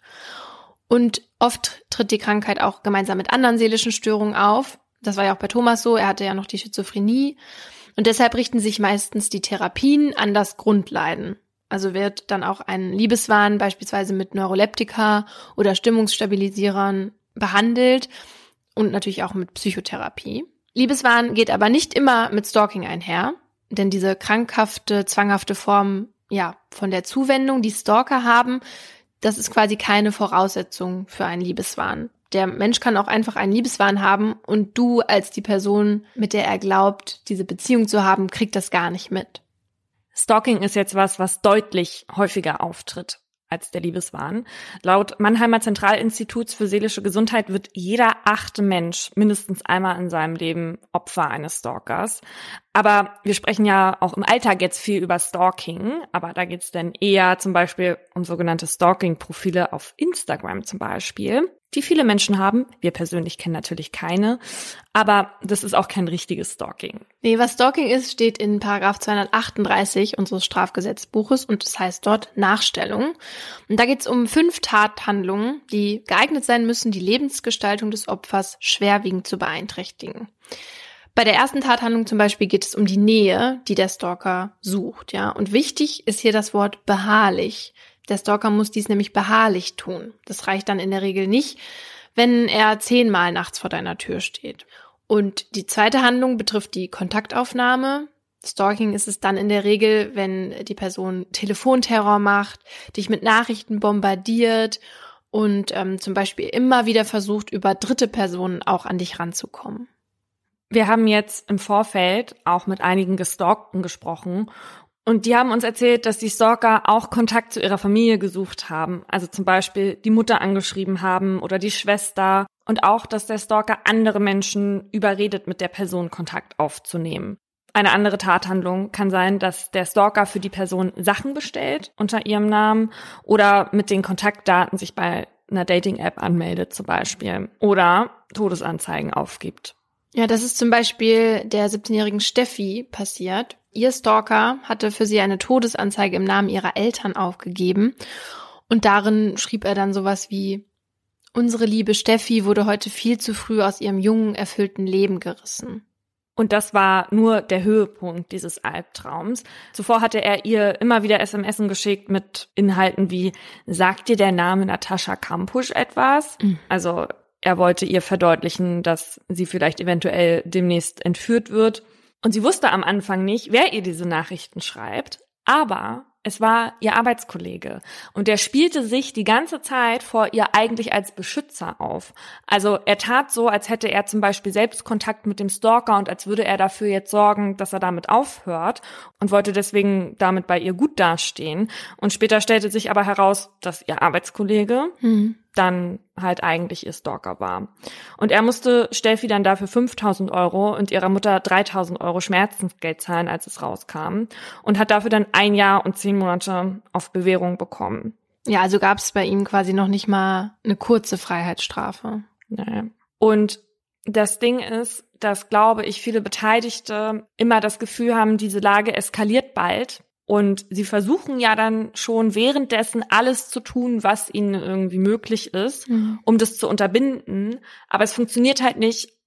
Und oft tritt die Krankheit auch gemeinsam mit anderen seelischen Störungen auf. Das war ja auch bei Thomas so. Er hatte ja noch die Schizophrenie. Und deshalb richten sich meistens die Therapien an das Grundleiden. Also wird dann auch ein Liebeswahn beispielsweise mit Neuroleptika oder Stimmungsstabilisierern behandelt und natürlich auch mit Psychotherapie. Liebeswahn geht aber nicht immer mit Stalking einher, denn diese krankhafte, zwanghafte Form ja von der Zuwendung, die Stalker haben, das ist quasi keine Voraussetzung für einen Liebeswahn. Der Mensch kann auch einfach einen Liebeswahn haben und du als die Person, mit der er glaubt, diese Beziehung zu haben, kriegt das gar nicht mit. Stalking ist jetzt was, was deutlich häufiger auftritt als der Liebeswahn. Laut Mannheimer Zentralinstituts für seelische Gesundheit wird jeder achte Mensch mindestens einmal in seinem Leben Opfer eines Stalkers. Aber wir sprechen ja auch im Alltag jetzt viel über Stalking, aber da geht es dann eher zum Beispiel um sogenannte Stalking-Profile auf Instagram zum Beispiel, die viele Menschen haben. Wir persönlich kennen natürlich keine, aber das ist auch kein richtiges Stalking. Nee, was Stalking ist, steht in Paragraph zweihundertachtunddreißig unseres Strafgesetzbuches und das heißt dort Nachstellung. Und da geht es um fünf Tathandlungen, die geeignet sein müssen, die Lebensgestaltung des Opfers schwerwiegend zu beeinträchtigen. Bei der ersten Tathandlung zum Beispiel geht es um die Nähe, die der Stalker sucht, ja. Und wichtig ist hier das Wort beharrlich. Der Stalker muss dies nämlich beharrlich tun. Das reicht dann in der Regel nicht, wenn er zehnmal nachts vor deiner Tür steht. Und die zweite Handlung betrifft die Kontaktaufnahme. Stalking ist es dann in der Regel, wenn die Person Telefonterror macht, dich mit Nachrichten bombardiert und ähm, zum Beispiel immer wieder versucht, über dritte Personen auch an dich ranzukommen. Wir haben jetzt im Vorfeld auch mit einigen Gestalkten gesprochen und die haben uns erzählt, dass die Stalker auch Kontakt zu ihrer Familie gesucht haben. Also zum Beispiel die Mutter angeschrieben haben oder die Schwester und auch, dass der Stalker andere Menschen überredet, mit der Person Kontakt aufzunehmen. Eine andere Tathandlung kann sein, dass der Stalker für die Person Sachen bestellt unter ihrem Namen oder mit den Kontaktdaten sich bei einer Dating-App anmeldet zum Beispiel oder Todesanzeigen aufgibt. Ja, das ist zum Beispiel der siebzehnjährigen Steffi passiert. Ihr Stalker hatte für sie eine Todesanzeige im Namen ihrer Eltern aufgegeben und darin schrieb er dann sowas wie: Unsere liebe Steffi wurde heute viel zu früh aus ihrem jungen, erfüllten Leben gerissen. Und das war nur der Höhepunkt dieses Albtraums. Zuvor hatte er ihr immer wieder S M S geschickt mit Inhalten wie: Sagt dir der Name Natascha Kampusch etwas? Mhm. Also er wollte ihr verdeutlichen, dass sie vielleicht eventuell demnächst entführt wird. Und sie wusste am Anfang nicht, wer ihr diese Nachrichten schreibt, aber es war ihr Arbeitskollege und der spielte sich die ganze Zeit vor ihr eigentlich als Beschützer auf. Also er tat so, als hätte er zum Beispiel selbst Kontakt mit dem Stalker und als würde er dafür jetzt sorgen, dass er damit aufhört und wollte deswegen damit bei ihr gut dastehen. Und später stellte sich aber heraus, dass ihr Arbeitskollege mhm. dann halt eigentlich ihr Stalker war. Und er musste Steffi dann dafür fünftausend Euro und ihrer Mutter dreitausend Euro Schmerzensgeld zahlen, als es rauskam. Und hat dafür dann ein Jahr und zehn Monate auf Bewährung bekommen. Ja, also gab es bei ihm quasi noch nicht mal eine kurze Freiheitsstrafe. Naja. Und das Ding ist, dass, glaube ich, viele Beteiligte immer das Gefühl haben, diese Lage eskaliert bald. Und sie versuchen ja dann schon währenddessen alles zu tun, was ihnen irgendwie möglich ist, mhm. um das zu unterbinden. Aber es funktioniert halt nicht,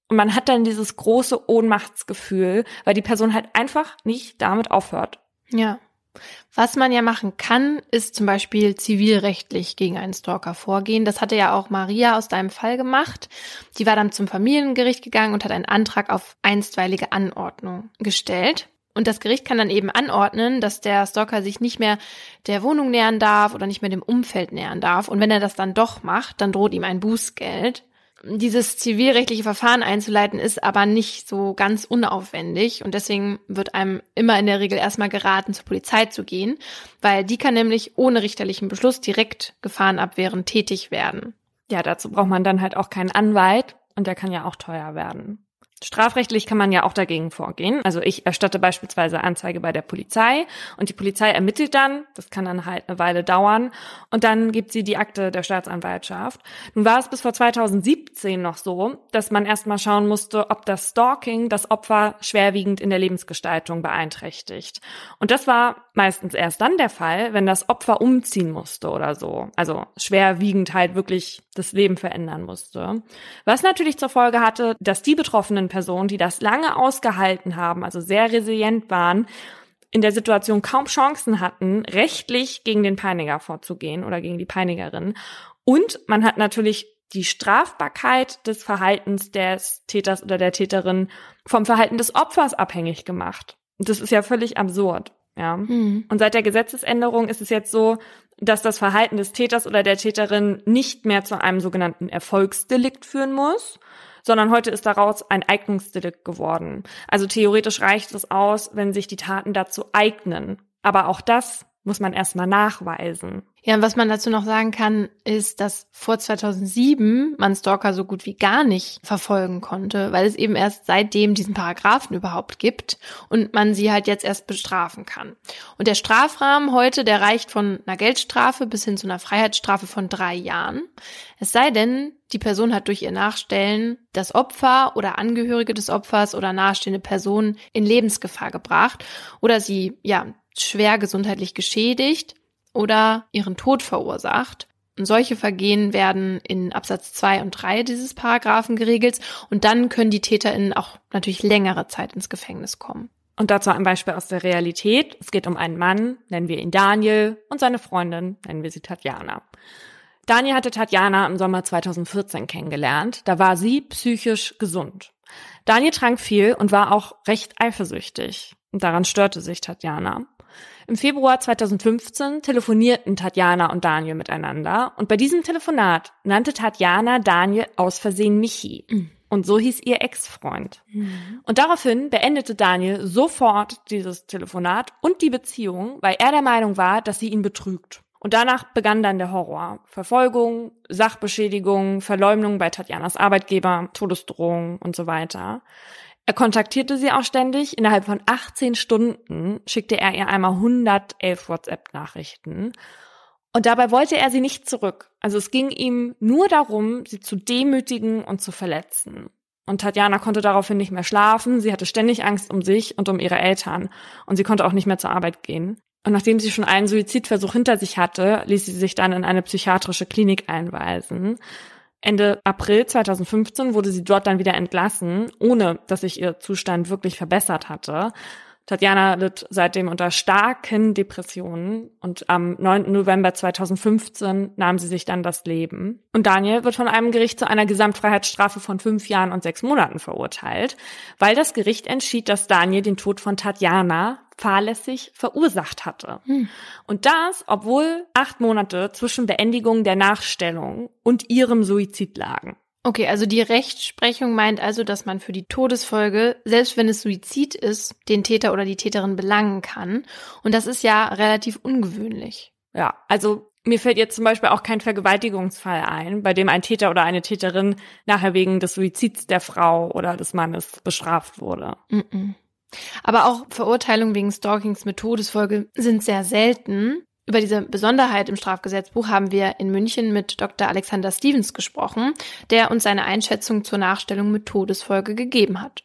Und man hat dann dieses große Ohnmachtsgefühl, weil die Person halt einfach nicht damit aufhört. Ja. Was man ja machen kann, ist zum Beispiel zivilrechtlich gegen einen Stalker vorgehen. Das hatte ja auch Maria aus deinem Fall gemacht. Die war dann zum Familiengericht gegangen und hat einen Antrag auf einstweilige Anordnung gestellt. Und das Gericht kann dann eben anordnen, dass der Stalker sich nicht mehr der Wohnung nähern darf oder nicht mehr dem Umfeld nähern darf. Und wenn er das dann doch macht, dann droht ihm ein Bußgeld. Dieses zivilrechtliche Verfahren einzuleiten ist aber nicht so ganz unaufwendig und deswegen wird einem immer in der Regel erstmal geraten, zur Polizei zu gehen, weil die kann nämlich ohne richterlichen Beschluss direkt gefahrenabwehrend tätig werden. Ja, dazu braucht man dann halt auch keinen Anwalt und der kann ja auch teuer werden. Strafrechtlich kann man ja auch dagegen vorgehen. Also ich erstatte beispielsweise Anzeige bei der Polizei und die Polizei ermittelt dann, das kann dann halt eine Weile dauern, und dann gibt sie die Akte der Staatsanwaltschaft. Nun war es bis vor zweitausendsiebzehn noch so, dass man erstmal schauen musste, ob das Stalking das Opfer schwerwiegend in der Lebensgestaltung beeinträchtigt. Und das war meistens erst dann der Fall, wenn das Opfer umziehen musste oder so. Also schwerwiegend halt wirklich das Leben verändern musste. Was natürlich zur Folge hatte, dass die betroffenen Personen, die das lange ausgehalten haben, also sehr resilient waren, in der Situation kaum Chancen hatten, rechtlich gegen den Peiniger vorzugehen oder gegen die Peinigerin. Und man hat natürlich die Strafbarkeit des Verhaltens des Täters oder der Täterin vom Verhalten des Opfers abhängig gemacht. Und das ist ja völlig absurd. Ja. Mhm. Und seit der Gesetzesänderung ist es jetzt so, dass das Verhalten des Täters oder der Täterin nicht mehr zu einem sogenannten Erfolgsdelikt führen muss, sondern heute ist daraus ein Eignungsdelikt geworden. Also theoretisch reicht es aus, wenn sich die Taten dazu eignen. Aber auch das muss man erstmal nachweisen. Ja, und was man dazu noch sagen kann, ist, dass vor zweitausendsieben man Stalker so gut wie gar nicht verfolgen konnte, weil es eben erst seitdem diesen Paragraphen überhaupt gibt und man sie halt jetzt erst bestrafen kann. Und der Strafrahmen heute, der reicht von einer Geldstrafe bis hin zu einer Freiheitsstrafe von drei Jahren. Es sei denn, die Person hat durch ihr Nachstellen das Opfer oder Angehörige des Opfers oder nahestehende Personen in Lebensgefahr gebracht oder sie, ja, schwer gesundheitlich geschädigt oder ihren Tod verursacht. Und solche Vergehen werden in Absatz zwei und drei dieses Paragraphen geregelt und dann können die TäterInnen auch natürlich längere Zeit ins Gefängnis kommen. Und dazu ein Beispiel aus der Realität. Es geht um einen Mann, nennen wir ihn Daniel, und seine Freundin, nennen wir sie Tatjana. Daniel hatte Tatjana im Sommer zweitausendvierzehn kennengelernt. Da war sie psychisch gesund. Daniel trank viel und war auch recht eifersüchtig. Und daran störte sich Tatjana. Im Februar zweitausendfünfzehn telefonierten Tatjana und Daniel miteinander und bei diesem Telefonat nannte Tatjana Daniel aus Versehen Michi. Mhm. Und so hieß ihr Ex-Freund. Mhm. Und daraufhin beendete Daniel sofort dieses Telefonat und die Beziehung, weil er der Meinung war, dass sie ihn betrügt. Und danach begann dann der Horror. Verfolgung, Sachbeschädigung, Verleumdung bei Tatjanas Arbeitgeber, Todesdrohung und so weiter. Er kontaktierte sie auch ständig. Innerhalb von achtzehn Stunden schickte er ihr einmal hundertelf WhatsApp-Nachrichten. Und dabei wollte er sie nicht zurück. Also es ging ihm nur darum, sie zu demütigen und zu verletzen. Und Tatjana konnte daraufhin nicht mehr schlafen. Sie hatte ständig Angst um sich und um ihre Eltern. Und sie konnte auch nicht mehr zur Arbeit gehen. Und nachdem sie schon einen Suizidversuch hinter sich hatte, ließ sie sich dann in eine psychiatrische Klinik einweisen. Ende April zweitausendfünfzehn wurde sie dort dann wieder entlassen, ohne dass sich ihr Zustand wirklich verbessert hatte. Tatjana litt seitdem unter starken Depressionen und am neunten November zweitausendfünfzehn nahm sie sich dann das Leben. Und Daniel wird von einem Gericht zu einer Gesamtfreiheitsstrafe von fünf Jahren und sechs Monaten verurteilt, weil das Gericht entschied, dass Daniel den Tod von Tatjana fahrlässig verursacht hatte. Hm. Und das, obwohl acht Monate zwischen Beendigung der Nachstellung und ihrem Suizid lagen. Okay, also die Rechtsprechung meint also, dass man für die Todesfolge, selbst wenn es Suizid ist, den Täter oder die Täterin belangen kann. Und das ist ja relativ ungewöhnlich. Ja, also mir fällt jetzt zum Beispiel auch kein Vergewaltigungsfall ein, bei dem ein Täter oder eine Täterin nachher wegen des Suizids der Frau oder des Mannes bestraft wurde. Mm-mm. Aber auch Verurteilungen wegen Stalkings mit Todesfolge sind sehr selten. Über diese Besonderheit im Strafgesetzbuch haben wir in München mit Doktor Alexander Stevens gesprochen, der uns seine Einschätzung zur Nachstellung mit Todesfolge gegeben hat.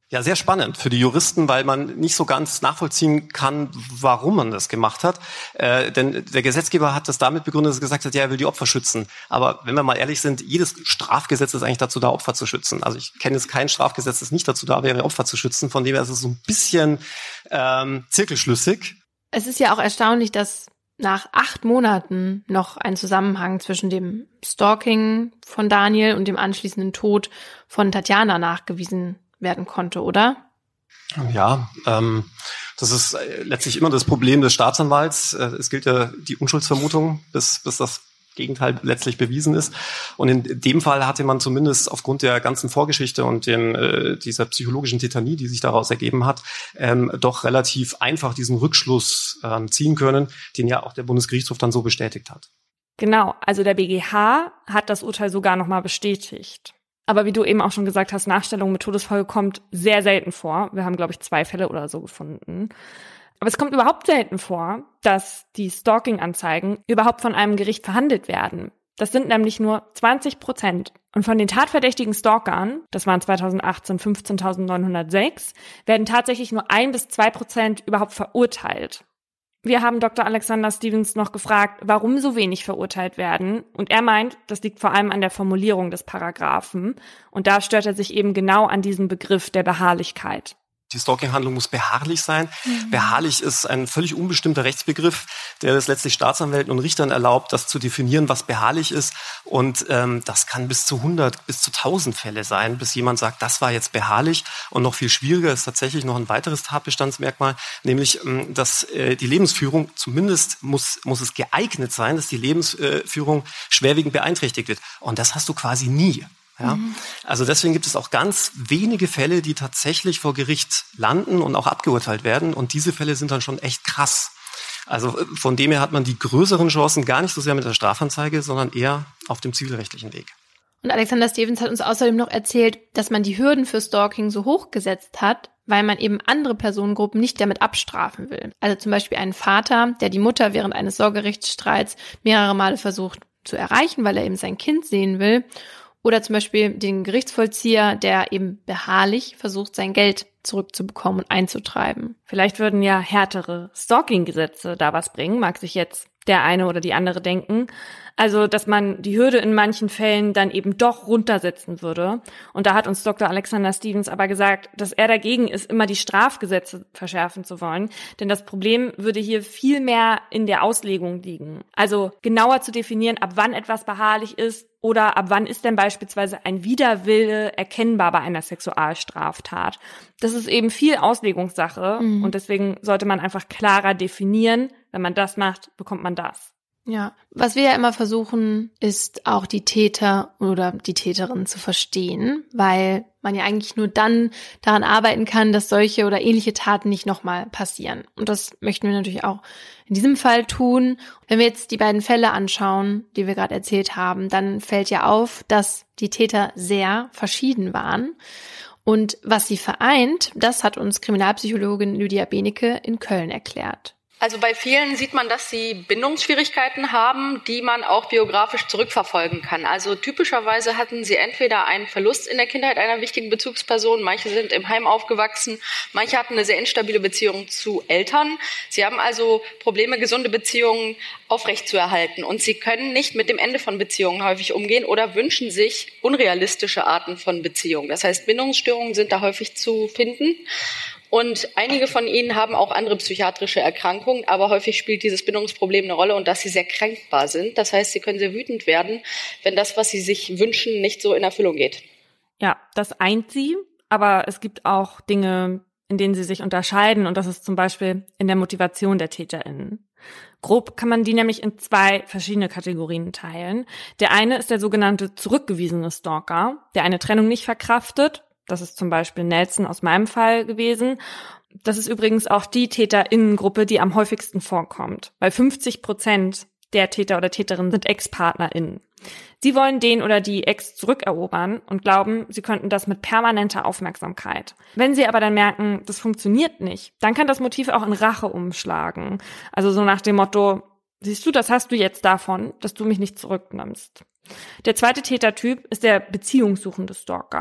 Ja, sehr spannend für die Juristen, weil man nicht so ganz nachvollziehen kann, warum man das gemacht hat. Äh, denn der Gesetzgeber hat das damit begründet, dass er gesagt hat, ja, er will die Opfer schützen. Aber wenn wir mal ehrlich sind, jedes Strafgesetz ist eigentlich dazu da, Opfer zu schützen. Also ich kenne jetzt kein Strafgesetz, das nicht dazu da wäre, Opfer zu schützen. Von dem her ist es so ein bisschen ähm, zirkelschlüssig. Es ist ja auch erstaunlich, dass nach acht Monaten noch ein Zusammenhang zwischen dem Stalking von Daniel und dem anschließenden Tod von Tatjana nachgewiesen werden konnte, oder? Ja, ähm, das ist letztlich immer das Problem des Staatsanwalts. Es gilt ja die Unschuldsvermutung, bis, bis das Gegenteil letztlich bewiesen ist. Und in dem Fall hatte man zumindest aufgrund der ganzen Vorgeschichte und dem, äh, dieser psychologischen Tetanie, die sich daraus ergeben hat, ähm, doch relativ einfach diesen Rückschluss ähm, ziehen können, den ja auch der Bundesgerichtshof dann so bestätigt hat. Genau, also der B G H hat das Urteil sogar nochmal bestätigt. Aber wie du eben auch schon gesagt hast, Nachstellung mit Todesfolge kommt sehr selten vor. Wir haben, glaube ich, zwei Fälle oder so gefunden. Aber es kommt überhaupt selten vor, dass die Stalking-Anzeigen überhaupt von einem Gericht verhandelt werden. Das sind nämlich nur zwanzig Prozent. Und von den tatverdächtigen Stalkern, das waren zweitausendachtzehn fünfzehntausendneunhundertsechs, werden tatsächlich nur ein bis zwei Prozent überhaupt verurteilt. Wir haben Doktor Alexander Stevens noch gefragt, warum so wenig verurteilt werden. Und er meint, das liegt vor allem an der Formulierung des Paragraphen. Und da stört er sich eben genau an diesem Begriff der Beharrlichkeit. Die Stalking-Handlung muss beharrlich sein. Mhm. Beharrlich ist ein völlig unbestimmter Rechtsbegriff, der es letztlich Staatsanwälten und Richtern erlaubt, das zu definieren, was beharrlich ist. Und ähm, das kann bis zu hundert, bis zu tausend Fälle sein, bis jemand sagt, das war jetzt beharrlich. Und noch viel schwieriger ist tatsächlich noch ein weiteres Tatbestandsmerkmal, nämlich, ähm, dass äh, die Lebensführung, zumindest muss, muss es geeignet sein, dass die Lebensführung schwerwiegend beeinträchtigt wird. Und das hast du quasi nie. Ja, also deswegen gibt es auch ganz wenige Fälle, die tatsächlich vor Gericht landen und auch abgeurteilt werden. Und diese Fälle sind dann schon echt krass. Also von dem her hat man die größeren Chancen gar nicht so sehr mit der Strafanzeige, sondern eher auf dem zivilrechtlichen Weg. Und Alexander Stevens hat uns außerdem noch erzählt, dass man die Hürden für Stalking so hoch gesetzt hat, weil man eben andere Personengruppen nicht damit abstrafen will. Also zum Beispiel einen Vater, der die Mutter während eines Sorgerechtsstreits mehrere Male versucht zu erreichen, weil er eben sein Kind sehen will. Oder zum Beispiel den Gerichtsvollzieher, der eben beharrlich versucht, sein Geld zurückzubekommen und einzutreiben. Vielleicht würden ja härtere Stalking-Gesetze da was bringen, mag sich jetzt der eine oder die andere denken. Also, dass man die Hürde in manchen Fällen dann eben doch runtersetzen würde. Und da hat uns Doktor Alexander Stevens aber gesagt, dass er dagegen ist, immer die Strafgesetze verschärfen zu wollen. Denn das Problem würde hier viel mehr in der Auslegung liegen. Also genauer zu definieren, ab wann etwas beharrlich ist oder ab wann ist denn beispielsweise ein Widerwille erkennbar bei einer Sexualstraftat. Das ist eben viel Auslegungssache. Mhm. Und deswegen sollte man einfach klarer definieren, wenn man das macht, bekommt man das. Ja, was wir ja immer versuchen, ist auch die Täter oder die Täterin zu verstehen, weil man ja eigentlich nur dann daran arbeiten kann, dass solche oder ähnliche Taten nicht nochmal passieren. Und das möchten wir natürlich auch in diesem Fall tun. Wenn wir jetzt die beiden Fälle anschauen, die wir gerade erzählt haben, dann fällt ja auf, dass die Täter sehr verschieden waren. Und was sie vereint, das hat uns Kriminalpsychologin Lydia Benecke in Köln erklärt. Also bei vielen sieht man, dass sie Bindungsschwierigkeiten haben, die man auch biografisch zurückverfolgen kann. Also typischerweise hatten sie entweder einen Verlust in der Kindheit einer wichtigen Bezugsperson, manche sind im Heim aufgewachsen, manche hatten eine sehr instabile Beziehung zu Eltern. Sie haben also Probleme, gesunde Beziehungen aufrechtzuerhalten und sie können nicht mit dem Ende von Beziehungen häufig umgehen oder wünschen sich unrealistische Arten von Beziehungen. Das heißt, Bindungsstörungen sind da häufig zu finden. Und einige von ihnen haben auch andere psychiatrische Erkrankungen, aber häufig spielt dieses Bindungsproblem eine Rolle und dass sie sehr kränkbar sind. Das heißt, sie können sehr wütend werden, wenn das, was sie sich wünschen, nicht so in Erfüllung geht. Ja, das eint sie, aber es gibt auch Dinge, in denen sie sich unterscheiden und das ist zum Beispiel in der Motivation der TäterInnen. Grob kann man die nämlich in zwei verschiedene Kategorien teilen. Der eine ist der sogenannte zurückgewiesene Stalker, der eine Trennung nicht verkraftet. Das ist zum Beispiel Nelson aus meinem Fall gewesen. Das ist übrigens auch die TäterInnengruppe, die am häufigsten vorkommt. Weil fünfzig Prozent der Täter oder Täterinnen sind ExpartnerInnen. Sie wollen den oder die Ex zurückerobern und glauben, sie könnten das mit permanenter Aufmerksamkeit. Wenn sie aber dann merken, das funktioniert nicht, dann kann das Motiv auch in Rache umschlagen. Also so nach dem Motto, siehst du, das hast du jetzt davon, dass du mich nicht zurücknimmst. Der zweite Tätertyp ist der beziehungssuchende Stalker.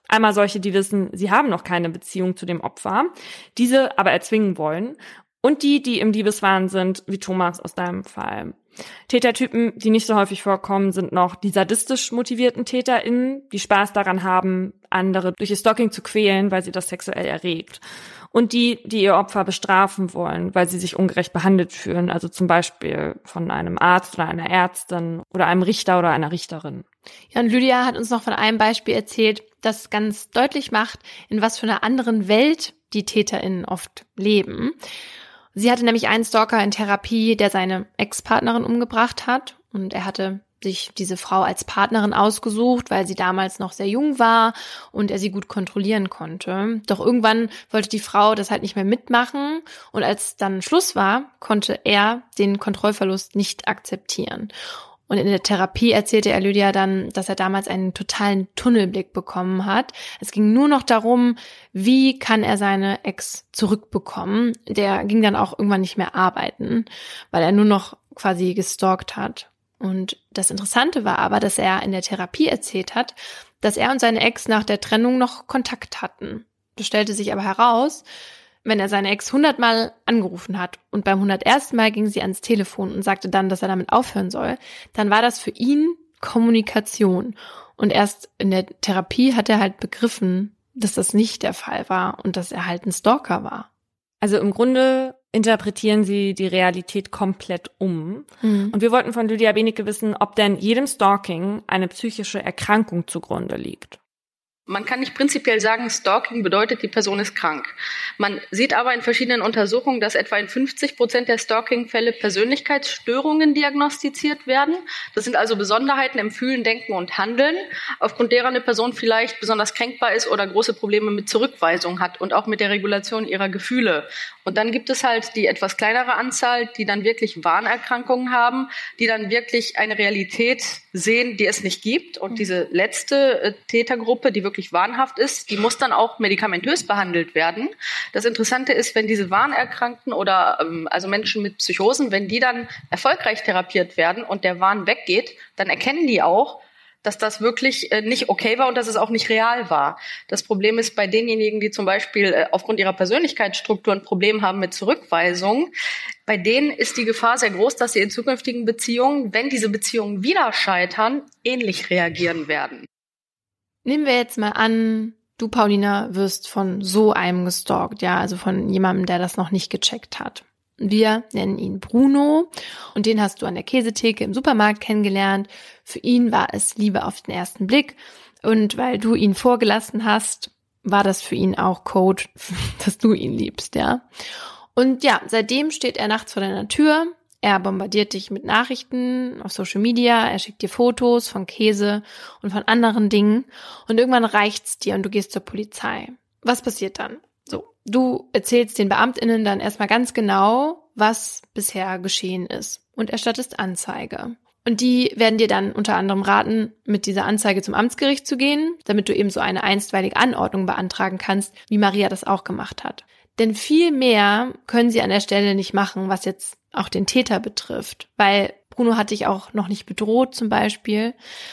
Einmal solche, die wissen, sie haben noch keine Beziehung zu dem Opfer, diese aber erzwingen wollen. Und die, die im Liebeswahn sind, wie Thomas aus deinem Fall. Tätertypen, die nicht so häufig vorkommen, sind noch die sadistisch motivierten TäterInnen, die Spaß daran haben, andere durch ihr Stalking zu quälen, weil sie das sexuell erregt. Und die, die ihr Opfer bestrafen wollen, weil sie sich ungerecht behandelt fühlen, also zum Beispiel von einem Arzt oder einer Ärztin oder einem Richter oder einer Richterin. Ja, und Lydia hat uns noch von einem Beispiel erzählt, das ganz deutlich macht, in was für einer anderen Welt die TäterInnen oft leben. Sie hatte nämlich einen Stalker in Therapie, der seine Ex-Partnerin umgebracht hat. Und er hatte sich diese Frau als Partnerin ausgesucht, weil sie damals noch sehr jung war und er sie gut kontrollieren konnte. Doch irgendwann wollte die Frau das halt nicht mehr mitmachen. Und als dann Schluss war, konnte er den Kontrollverlust nicht akzeptieren. Und in der Therapie erzählte er Lydia dann, dass er damals einen totalen Tunnelblick bekommen hat. Es ging nur noch darum, wie kann er seine Ex zurückbekommen. Der ging dann auch irgendwann nicht mehr arbeiten, weil er nur noch quasi gestalkt hat. Und das Interessante war aber, dass er in der Therapie erzählt hat, dass er und seine Ex nach der Trennung noch Kontakt hatten. Das stellte sich aber heraus, wenn er seine Ex hundertmal angerufen hat und beim hundertersten Mal ging sie ans Telefon und sagte dann, dass er damit aufhören soll, dann war das für ihn Kommunikation. Und erst in der Therapie hat er halt begriffen, dass das nicht der Fall war und dass er halt ein Stalker war. Also im Grunde interpretieren sie die Realität komplett um. Mhm. Und wir wollten von Lydia Benecke wissen, ob denn jedem Stalking eine psychische Erkrankung zugrunde liegt. Man kann nicht prinzipiell sagen, Stalking bedeutet, die Person ist krank. Man sieht aber in verschiedenen Untersuchungen, dass etwa in fünfzig Prozent der Stalking-Fälle Persönlichkeitsstörungen diagnostiziert werden. Das sind also Besonderheiten im Fühlen, Denken und Handeln, aufgrund derer eine Person vielleicht besonders kränkbar ist oder große Probleme mit Zurückweisung hat und auch mit der Regulation ihrer Gefühle. Und dann gibt es halt die etwas kleinere Anzahl, die dann wirklich Wahnerkrankungen haben, die dann wirklich eine Realität sehen, die es nicht gibt. Und diese letzte äh, Tätergruppe, die wirklich wahnhaft ist, die muss dann auch medikamentös behandelt werden. Das Interessante ist, wenn diese Wahnerkrankten oder ähm, also Menschen mit Psychosen, wenn die dann erfolgreich therapiert werden und der Wahn weggeht, dann erkennen die auch, dass das wirklich äh, nicht okay war und dass es auch nicht real war. Das Problem ist bei denjenigen, die zum Beispiel äh, aufgrund ihrer Persönlichkeitsstruktur ein Problem haben mit Zurückweisung, bei denen ist die Gefahr sehr groß, dass sie in zukünftigen Beziehungen, wenn diese Beziehungen wieder scheitern, ähnlich reagieren werden. Nehmen wir jetzt mal an, du, Paulina, wirst von so einem gestalkt, ja, also von jemandem, der das noch nicht gecheckt hat. Wir nennen ihn Bruno und den hast du an der Käsetheke im Supermarkt kennengelernt. Für ihn war es Liebe auf den ersten Blick und weil du ihn vorgelassen hast, war das für ihn auch Code, dass du ihn liebst, ja. Und ja, seitdem steht er nachts vor deiner Tür, er bombardiert dich mit Nachrichten auf Social Media, er schickt dir Fotos von Käse und von anderen Dingen und irgendwann reicht's dir und du gehst zur Polizei. Was passiert dann? So, du erzählst den BeamtInnen dann erstmal ganz genau, was bisher geschehen ist und erstattest Anzeige. Und die werden dir dann unter anderem raten, mit dieser Anzeige zum Amtsgericht zu gehen, damit du eben so eine einstweilige Anordnung beantragen kannst, wie Maria das auch gemacht hat. Denn viel mehr können sie an der Stelle nicht machen, was jetzt auch den Täter betrifft, weil Bruno hat dich auch noch nicht bedroht zum Beispiel.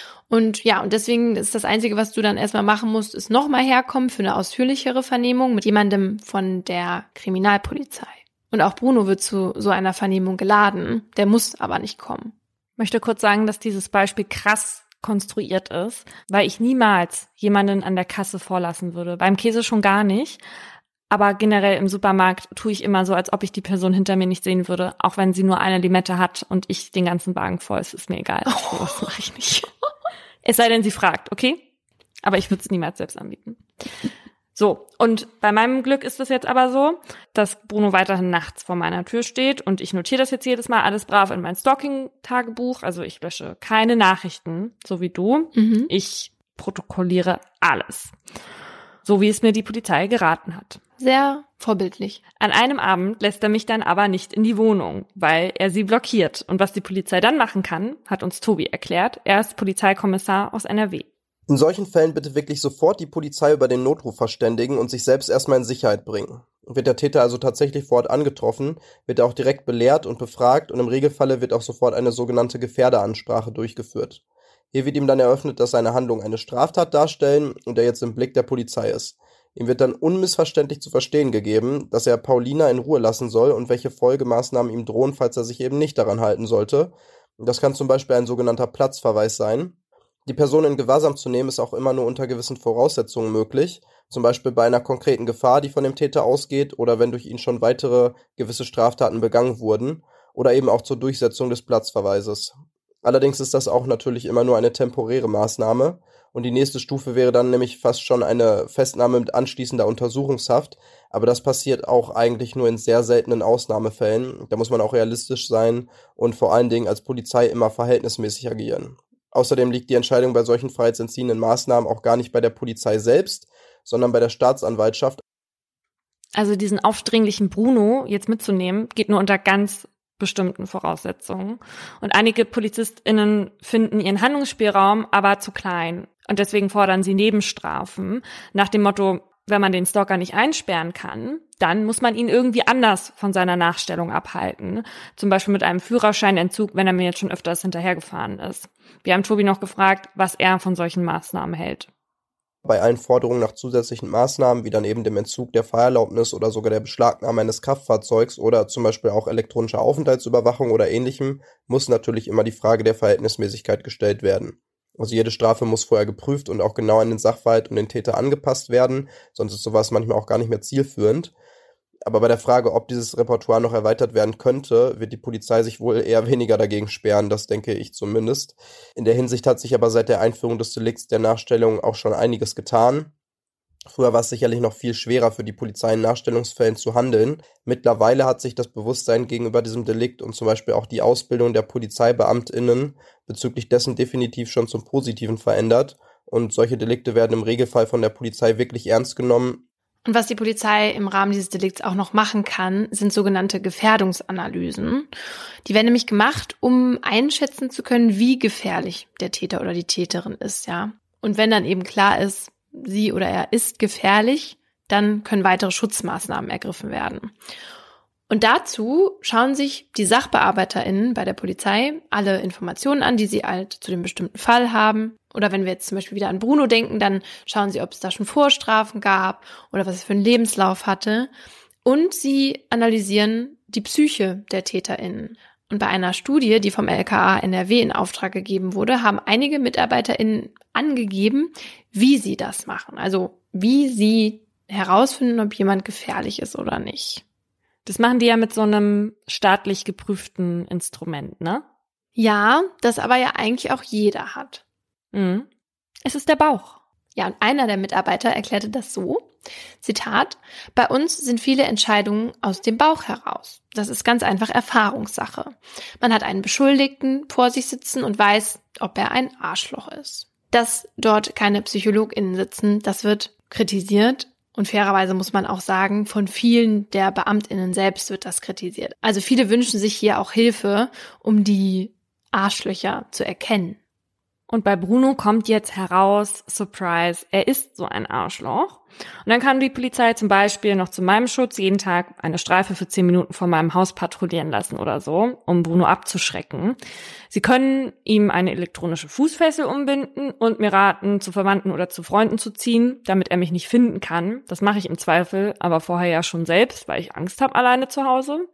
Und ja, und deswegen ist das Einzige, was du dann erstmal machen musst, ist nochmal herkommen für eine ausführlichere Vernehmung mit jemandem von der Kriminalpolizei. Und auch Bruno wird zu so einer Vernehmung geladen, der muss aber nicht kommen. Ich möchte kurz sagen, dass dieses Beispiel krass konstruiert ist, weil ich niemals jemanden an der Kasse vorlassen würde. Beim Käse schon gar nicht. Aber generell im Supermarkt tue ich immer so, als ob ich die Person hinter mir nicht sehen würde, auch wenn sie nur eine Limette hat und ich den ganzen Wagen voll. Es ist mir egal. Oh. Das mache ich nicht. Es sei denn, sie fragt, okay? Aber ich würde es niemals selbst anbieten. So, und bei meinem Glück ist es jetzt aber so, dass Bruno weiterhin nachts vor meiner Tür steht und ich notiere das jetzt jedes Mal alles brav in mein Stalking-Tagebuch. Also ich lösche keine Nachrichten, so wie du. Mhm. Ich protokolliere alles. So wie es mir die Polizei geraten hat. Sehr vorbildlich. An einem Abend lässt er mich dann aber nicht in die Wohnung, weil er sie blockiert. Und was die Polizei dann machen kann, hat uns Tobi erklärt. Er ist Polizeikommissar aus N R W. In solchen Fällen bitte wirklich sofort die Polizei über den Notruf verständigen und sich selbst erstmal in Sicherheit bringen. Wird der Täter also tatsächlich vor Ort angetroffen, wird er auch direkt belehrt und befragt und im Regelfalle wird auch sofort eine sogenannte Gefährderansprache durchgeführt. Hier wird ihm dann eröffnet, dass seine Handlungen eine Straftat darstellen und er jetzt im Blick der Polizei ist. Ihm wird dann unmissverständlich zu verstehen gegeben, dass er Paulina in Ruhe lassen soll und welche Folgemaßnahmen ihm drohen, falls er sich eben nicht daran halten sollte. Das kann zum Beispiel ein sogenannter Platzverweis sein. Die Person in Gewahrsam zu nehmen ist auch immer nur unter gewissen Voraussetzungen möglich, zum Beispiel bei einer konkreten Gefahr, die von dem Täter ausgeht, oder wenn durch ihn schon weitere gewisse Straftaten begangen wurden, oder eben auch zur Durchsetzung des Platzverweises. Allerdings ist das auch natürlich immer nur eine temporäre Maßnahme und die nächste Stufe wäre dann nämlich fast schon eine Festnahme mit anschließender Untersuchungshaft, aber das passiert auch eigentlich nur in sehr seltenen Ausnahmefällen. Da muss man auch realistisch sein und vor allen Dingen als Polizei immer verhältnismäßig agieren. Außerdem liegt die Entscheidung bei solchen freiheitsentziehenden Maßnahmen auch gar nicht bei der Polizei selbst, sondern bei der Staatsanwaltschaft. Also diesen aufdringlichen Bruno jetzt mitzunehmen, geht nur unter ganz bestimmten Voraussetzungen. Und einige PolizistInnen finden ihren Handlungsspielraum aber zu klein. Und deswegen fordern sie Nebenstrafen nach dem Motto, wenn man den Stalker nicht einsperren kann, dann muss man ihn irgendwie anders von seiner Nachstellung abhalten. Zum Beispiel mit einem Führerscheinentzug, wenn er mir jetzt schon öfters hinterhergefahren ist. Wir haben Tobi noch gefragt, was er von solchen Maßnahmen hält. Bei allen Forderungen nach zusätzlichen Maßnahmen, wie dann eben dem Entzug der Fahrerlaubnis oder sogar der Beschlagnahme eines Kraftfahrzeugs oder zum Beispiel auch elektronischer Aufenthaltsüberwachung oder ähnlichem, muss natürlich immer die Frage der Verhältnismäßigkeit gestellt werden. Also jede Strafe muss vorher geprüft und auch genau an den Sachverhalt und den Täter angepasst werden, sonst ist sowas manchmal auch gar nicht mehr zielführend. Aber bei der Frage, ob dieses Repertoire noch erweitert werden könnte, wird die Polizei sich wohl eher weniger dagegen sperren, das denke ich zumindest. In der Hinsicht hat sich aber seit der Einführung des Delikts der Nachstellung auch schon einiges getan. Früher war es sicherlich noch viel schwerer für die Polizei in Nachstellungsfällen zu handeln. Mittlerweile hat sich das Bewusstsein gegenüber diesem Delikt und zum Beispiel auch die Ausbildung der PolizeibeamtInnen bezüglich dessen definitiv schon zum Positiven verändert. Und solche Delikte werden im Regelfall von der Polizei wirklich ernst genommen. Und was die Polizei im Rahmen dieses Delikts auch noch machen kann, sind sogenannte Gefährdungsanalysen. Die werden nämlich gemacht, um einschätzen zu können, wie gefährlich der Täter oder die Täterin ist, ja. Und wenn dann eben klar ist, sie oder er ist gefährlich, dann können weitere Schutzmaßnahmen ergriffen werden. Und dazu schauen sich die SachbearbeiterInnen bei der Polizei alle Informationen an, die sie halt zu dem bestimmten Fall haben. Oder wenn wir jetzt zum Beispiel wieder an Bruno denken, dann schauen sie, ob es da schon Vorstrafen gab oder was er für einen Lebenslauf hatte. Und sie analysieren die Psyche der TäterInnen. Und bei einer Studie, die vom L K A N R W in Auftrag gegeben wurde, haben einige MitarbeiterInnen angegeben, wie sie das machen. Also wie sie herausfinden, ob jemand gefährlich ist oder nicht. Das machen die ja mit so einem staatlich geprüften Instrument, ne? Ja, das aber ja eigentlich auch jeder hat. Mhm. Es ist der Bauch. Ja, und einer der Mitarbeiter erklärte das so, Zitat, bei uns sind viele Entscheidungen aus dem Bauch heraus. Das ist ganz einfach Erfahrungssache. Man hat einen Beschuldigten vor sich sitzen und weiß, ob er ein Arschloch ist. Dass dort keine PsychologInnen sitzen, das wird kritisiert. Und fairerweise muss man auch sagen, von vielen der BeamtInnen selbst wird das kritisiert. Also viele wünschen sich hier auch Hilfe, um die Arschlöcher zu erkennen. Und bei Bruno kommt jetzt heraus, Surprise, er ist so ein Arschloch. Und dann kann die Polizei zum Beispiel noch zu meinem Schutz jeden Tag eine Streife für zehn Minuten vor meinem Haus patrouillieren lassen oder so, um Bruno abzuschrecken. Sie können ihm eine elektronische Fußfessel umbinden und mir raten, zu Verwandten oder zu Freunden zu ziehen, damit er mich nicht finden kann. Das mache ich im Zweifel, aber vorher ja schon selbst, weil ich Angst habe alleine zu Hause.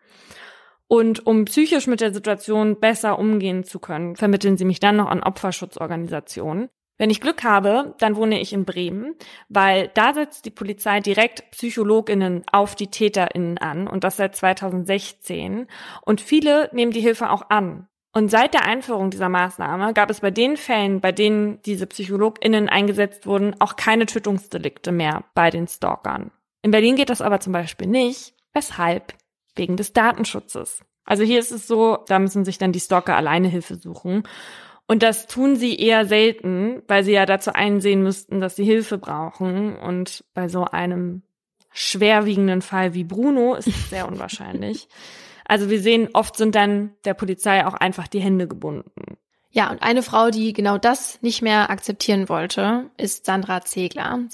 Und um psychisch mit der Situation besser umgehen zu können, vermitteln sie mich dann noch an Opferschutzorganisationen. Wenn ich Glück habe, dann wohne ich in Bremen, weil da setzt die Polizei direkt PsychologInnen auf die TäterInnen an und das seit zweitausendsechzehn. Und viele nehmen die Hilfe auch an. Und seit der Einführung dieser Maßnahme gab es bei den Fällen, bei denen diese PsychologInnen eingesetzt wurden, auch keine Tötungsdelikte mehr bei den Stalkern. In Berlin geht das aber zum Beispiel nicht. Weshalb? Wegen des Datenschutzes. Also hier ist es so, da müssen sich dann die Stalker alleine Hilfe suchen. Und das tun sie eher selten, weil sie ja dazu einsehen müssten, dass sie Hilfe brauchen. Und bei so einem schwerwiegenden Fall wie Bruno ist es sehr unwahrscheinlich. Also wir sehen, oft sind dann der Polizei auch einfach die Hände gebunden. Ja, und eine Frau, die genau das nicht mehr akzeptieren wollte, ist Sandra Zegler. Sie ist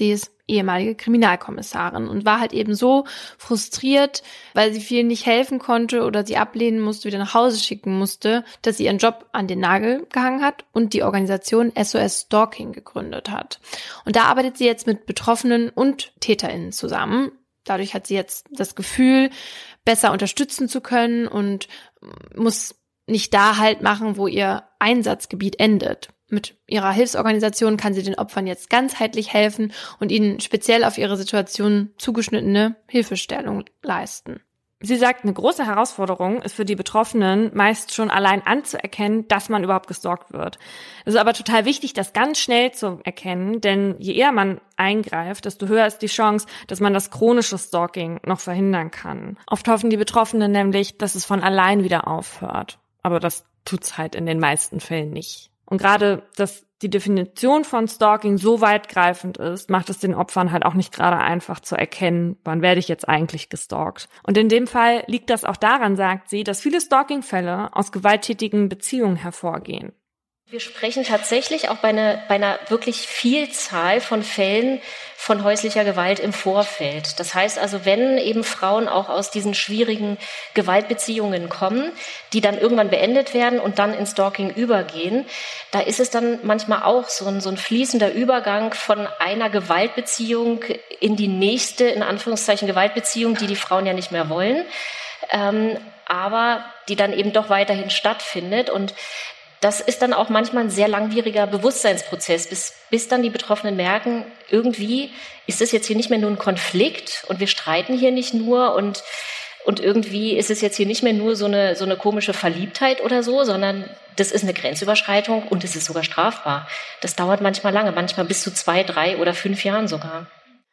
ehemalige Kriminalkommissarin und war halt eben so frustriert, weil sie vielen nicht helfen konnte oder sie ablehnen musste, wieder nach Hause schicken musste, dass sie ihren Job an den Nagel gehangen hat und die Organisation S O S Stalking gegründet hat. Und da arbeitet sie jetzt mit Betroffenen und TäterInnen zusammen. Dadurch hat sie jetzt das Gefühl, besser unterstützen zu können und muss nicht da halt machen, wo ihr Einsatzgebiet endet. Mit ihrer Hilfsorganisation kann sie den Opfern jetzt ganzheitlich helfen und ihnen speziell auf ihre Situation zugeschnittene Hilfestellung leisten. Sie sagt, eine große Herausforderung ist für die Betroffenen meist schon allein anzuerkennen, dass man überhaupt gestalkt wird. Es ist aber total wichtig, das ganz schnell zu erkennen, denn je eher man eingreift, desto höher ist die Chance, dass man das chronische Stalking noch verhindern kann. Oft hoffen die Betroffenen nämlich, dass es von allein wieder aufhört. Aber das tut's halt in den meisten Fällen nicht. Und gerade, dass die Definition von Stalking so weitgreifend ist, macht es den Opfern halt auch nicht gerade einfach zu erkennen, wann werde ich jetzt eigentlich gestalkt. Und in dem Fall liegt das auch daran, sagt sie, dass viele Stalking-Fälle aus gewalttätigen Beziehungen hervorgehen. Wir sprechen tatsächlich auch bei einer, bei einer wirklich Vielzahl von Fällen von häuslicher Gewalt im Vorfeld. Das heißt also, wenn eben Frauen auch aus diesen schwierigen Gewaltbeziehungen kommen, die dann irgendwann beendet werden und dann in Stalking übergehen, da ist es dann manchmal auch so ein, so ein fließender Übergang von einer Gewaltbeziehung in die nächste, in Anführungszeichen, Gewaltbeziehung, die die Frauen ja nicht mehr wollen, ähm, aber die dann eben doch weiterhin stattfindet. Und das ist dann auch manchmal ein sehr langwieriger Bewusstseinsprozess, bis, bis dann die Betroffenen merken, irgendwie ist es jetzt hier nicht mehr nur ein Konflikt und wir streiten hier nicht nur und, und irgendwie ist es jetzt hier nicht mehr nur so eine, so eine komische Verliebtheit oder so, sondern das ist eine Grenzüberschreitung und es ist sogar strafbar. Das dauert manchmal lange, manchmal bis zu zwei, drei oder fünf Jahren sogar.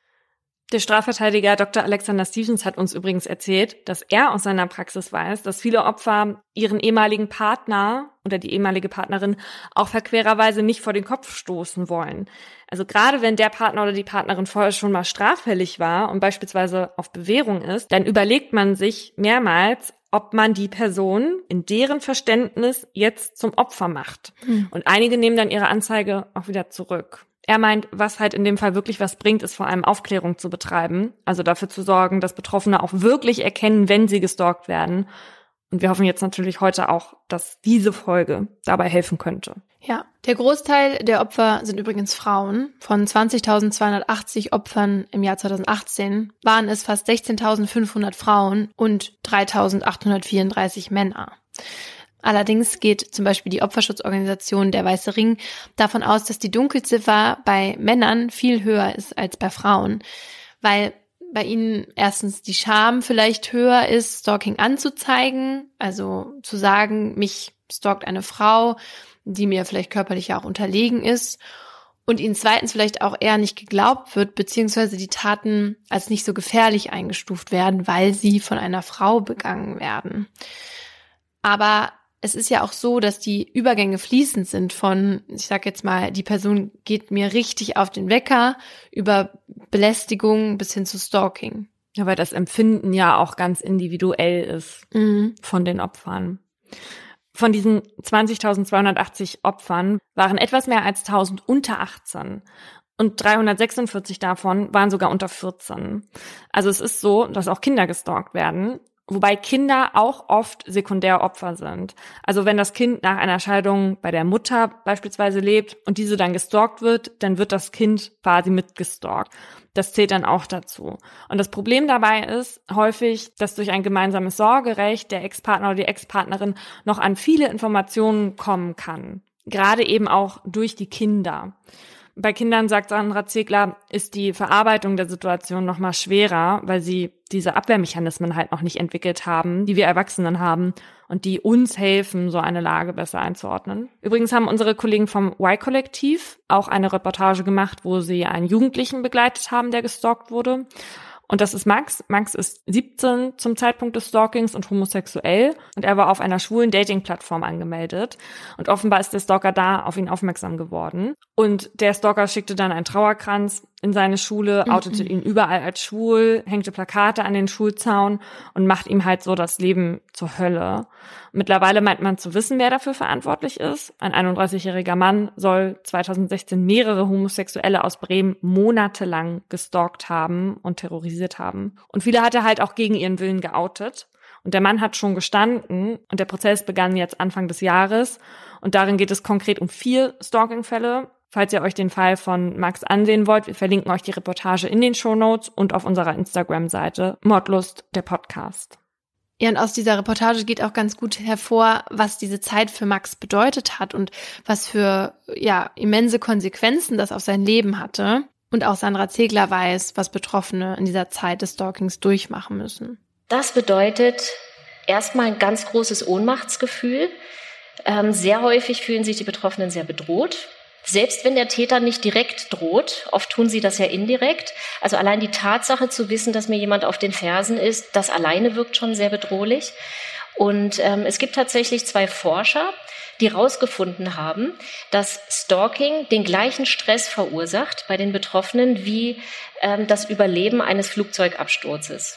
Der Strafverteidiger Doktor Alexander Stevens hat uns übrigens erzählt, dass er aus seiner Praxis weiß, dass viele Opfer ihren ehemaligen Partner oder die ehemalige Partnerin auch verquererweise nicht vor den Kopf stoßen wollen. Also gerade wenn der Partner oder die Partnerin vorher schon mal straffällig war und beispielsweise auf Bewährung ist, dann überlegt man sich mehrmals, ob man die Person in deren Verständnis jetzt zum Opfer macht. Hm. Und einige nehmen dann ihre Anzeige auch wieder zurück. Er meint, was halt in dem Fall wirklich was bringt, ist vor allem Aufklärung zu betreiben. Also dafür zu sorgen, dass Betroffene auch wirklich erkennen, wenn sie gestalkt werden. Und wir hoffen jetzt natürlich heute auch, dass diese Folge dabei helfen könnte. Ja, der Großteil der Opfer sind übrigens Frauen. Von zwanzigtausendzweihundertachtzig Opfern im Jahr zweitausendachtzehn waren es fast sechzehntausendfünfhundert Frauen und dreitausendachthundertvierunddreißig Männer. Allerdings geht zum Beispiel die Opferschutzorganisation Der Weiße Ring davon aus, dass die Dunkelziffer bei Männern viel höher ist als bei Frauen, weil bei ihnen erstens die Scham vielleicht höher ist, Stalking anzuzeigen, also zu sagen, mich stalkt eine Frau, die mir vielleicht körperlich ja auch unterlegen ist, und ihnen zweitens vielleicht auch eher nicht geglaubt wird, beziehungsweise die Taten als nicht so gefährlich eingestuft werden, weil sie von einer Frau begangen werden. Aber es ist ja auch so, dass die Übergänge fließend sind von, ich sag jetzt mal, die Person geht mir richtig auf den Wecker, über Belästigung bis hin zu Stalking. Ja, weil das Empfinden ja auch ganz individuell ist mhm. von den Opfern. Von diesen zwanzigtausendzweihundertachtzig Opfern waren etwas mehr als tausend unter achtzehn. Und dreihundertsechsundvierzig davon waren sogar unter vierzehn. Also es ist so, dass auch Kinder gestalkt werden. Wobei Kinder auch oft Sekundäropfer sind. Also wenn das Kind nach einer Scheidung bei der Mutter beispielsweise lebt und diese dann gestalkt wird, dann wird das Kind quasi mitgestalkt. Das zählt dann auch dazu. Und das Problem dabei ist häufig, dass durch ein gemeinsames Sorgerecht der Ex-Partner oder die Ex-Partnerin noch an viele Informationen kommen kann. Gerade eben auch durch die Kinder. Bei Kindern, sagt Sandra Ziegler, ist die Verarbeitung der Situation noch mal schwerer, weil sie diese Abwehrmechanismen halt noch nicht entwickelt haben, die wir Erwachsenen haben und die uns helfen, so eine Lage besser einzuordnen. Übrigens haben unsere Kollegen vom Y-Kollektiv auch eine Reportage gemacht, wo sie einen Jugendlichen begleitet haben, der gestalkt wurde. Und das ist Max. Max ist siebzehn zum Zeitpunkt des Stalkings und homosexuell. Und er war auf einer schwulen Dating-Plattform angemeldet. Und offenbar ist der Stalker da auf ihn aufmerksam geworden. Und der Stalker schickte dann einen Trauerkranz in seine Schule, outete mhm. ihn überall als schwul, hängte Plakate an den Schulzaun und macht ihm halt so das Leben zur Hölle. Mittlerweile meint man zu wissen, wer dafür verantwortlich ist. Ein einunddreißigjähriger Mann soll zweitausendsechzehn mehrere Homosexuelle aus Bremen monatelang gestalkt haben und terrorisiert haben. Und viele hat er halt auch gegen ihren Willen geoutet. Und der Mann hat schon gestanden und der Prozess begann jetzt Anfang des Jahres. Und darin geht es konkret um vier Stalking-Fälle. Falls ihr euch den Fall von Max ansehen wollt, wir verlinken euch die Reportage in den Shownotes und auf unserer Instagram-Seite Mordlust, der Podcast. Ja, und aus dieser Reportage geht auch ganz gut hervor, was diese Zeit für Max bedeutet hat und was für ja immense Konsequenzen das auf sein Leben hatte. Und auch Sandra Ziegler weiß, was Betroffene in dieser Zeit des Stalkings durchmachen müssen. Das bedeutet erstmal ein ganz großes Ohnmachtsgefühl. Ähm, sehr häufig fühlen sich die Betroffenen sehr bedroht. Selbst wenn der Täter nicht direkt droht, oft tun sie das ja indirekt. Also allein die Tatsache zu wissen, dass mir jemand auf den Fersen ist, das alleine wirkt schon sehr bedrohlich. Und ähm, es gibt tatsächlich zwei Forscher, die herausgefunden haben, dass Stalking den gleichen Stress verursacht bei den Betroffenen wie ähm, das Überleben eines Flugzeugabsturzes.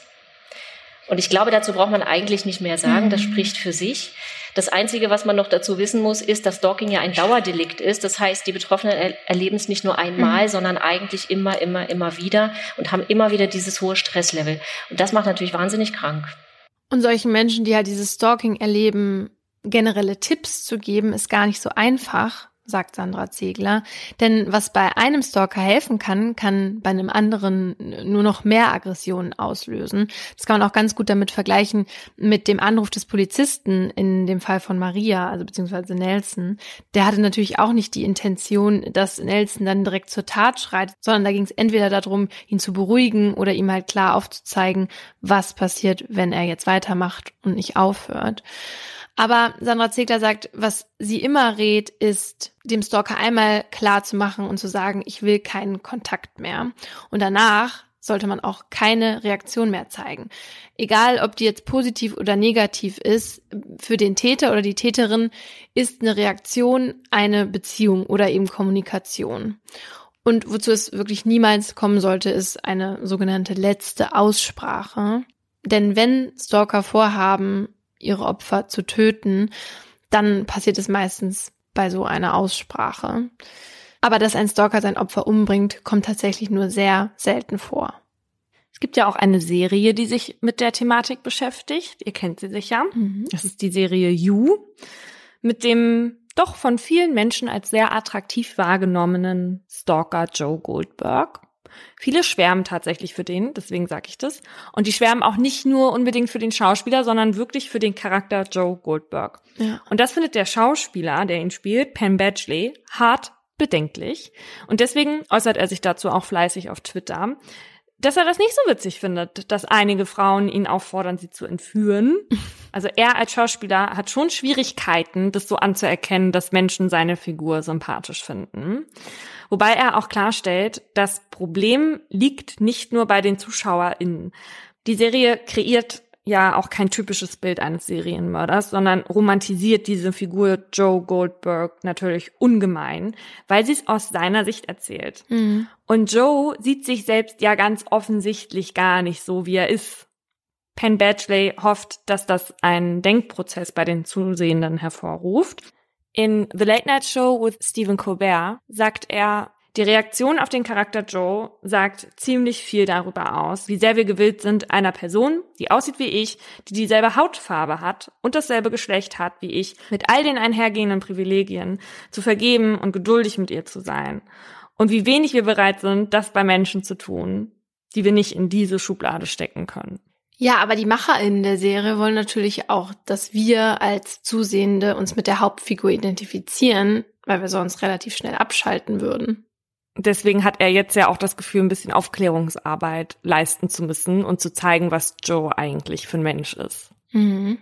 Und ich glaube, dazu braucht man eigentlich nicht mehr sagen, das spricht für sich. Das Einzige, was man noch dazu wissen muss, ist, dass Stalking ja ein Dauerdelikt ist. Das heißt, die Betroffenen er- erleben es nicht nur einmal, mhm. sondern eigentlich immer, immer, immer wieder und haben immer wieder dieses hohe Stresslevel. Und das macht natürlich wahnsinnig krank. Und solchen Menschen, die halt dieses Stalking erleben, generelle Tipps zu geben, ist gar nicht so einfach, sagt Sandra Ziegler. Denn was bei einem Stalker helfen kann, kann bei einem anderen nur noch mehr Aggressionen auslösen. Das kann man auch ganz gut damit vergleichen mit dem Anruf des Polizisten in dem Fall von Maria, also beziehungsweise Nelson. Der hatte natürlich auch nicht die Intention, dass Nelson dann direkt zur Tat schreitet, sondern da ging es entweder darum, ihn zu beruhigen oder ihm halt klar aufzuzeigen, was passiert, wenn er jetzt weitermacht und nicht aufhört. Aber Sandra Ziegler sagt, was sie immer rät, ist, dem Stalker einmal klar zu machen und zu sagen, ich will keinen Kontakt mehr. Und danach sollte man auch keine Reaktion mehr zeigen. Egal, ob die jetzt positiv oder negativ ist, für den Täter oder die Täterin ist eine Reaktion eine Beziehung oder eben Kommunikation. Und wozu es wirklich niemals kommen sollte, ist eine sogenannte letzte Aussprache. Denn wenn Stalker vorhaben, ihre Opfer zu töten, dann passiert es meistens bei so einer Aussprache. Aber dass ein Stalker sein Opfer umbringt, kommt tatsächlich nur sehr selten vor. Es gibt ja auch eine Serie, die sich mit der Thematik beschäftigt. Ihr kennt sie sicher. Mhm. Das ist die Serie You mit dem doch von vielen Menschen als sehr attraktiv wahrgenommenen Stalker Joe Goldberg. Viele schwärmen tatsächlich für den, deswegen sage ich das. Und die schwärmen auch nicht nur unbedingt für den Schauspieler, sondern wirklich für den Charakter Joe Goldberg. Ja. Und das findet der Schauspieler, der ihn spielt, Penn Badgley, hart bedenklich. Und deswegen äußert er sich dazu auch fleißig auf Twitter, dass er das nicht so witzig findet, dass einige Frauen ihn auffordern, sie zu entführen. Also er als Schauspieler hat schon Schwierigkeiten, das so anzuerkennen, dass Menschen seine Figur sympathisch finden. Wobei er auch klarstellt, das Problem liegt nicht nur bei den ZuschauerInnen. Die Serie kreiert ja auch kein typisches Bild eines Serienmörders, sondern romantisiert diese Figur Joe Goldberg natürlich ungemein, weil sie es aus seiner Sicht erzählt. Mhm. Und Joe sieht sich selbst ja ganz offensichtlich gar nicht so, wie er ist. Penn Badgley hofft, dass das einen Denkprozess bei den Zusehenden hervorruft. In The Late Night Show with Stephen Colbert sagt er, die Reaktion auf den Charakter Joe sagt ziemlich viel darüber aus, wie sehr wir gewillt sind, einer Person, die aussieht wie ich, die dieselbe Hautfarbe hat und dasselbe Geschlecht hat wie ich, mit all den einhergehenden Privilegien, zu vergeben und geduldig mit ihr zu sein. Und wie wenig wir bereit sind, das bei Menschen zu tun, die wir nicht in diese Schublade stecken können. Ja, aber die MacherInnen der Serie wollen natürlich auch, dass wir als Zusehende uns mit der Hauptfigur identifizieren, weil wir sonst relativ schnell abschalten würden. Deswegen hat er jetzt ja auch das Gefühl, ein bisschen Aufklärungsarbeit leisten zu müssen und zu zeigen, was Joe eigentlich für ein Mensch ist. Mhm.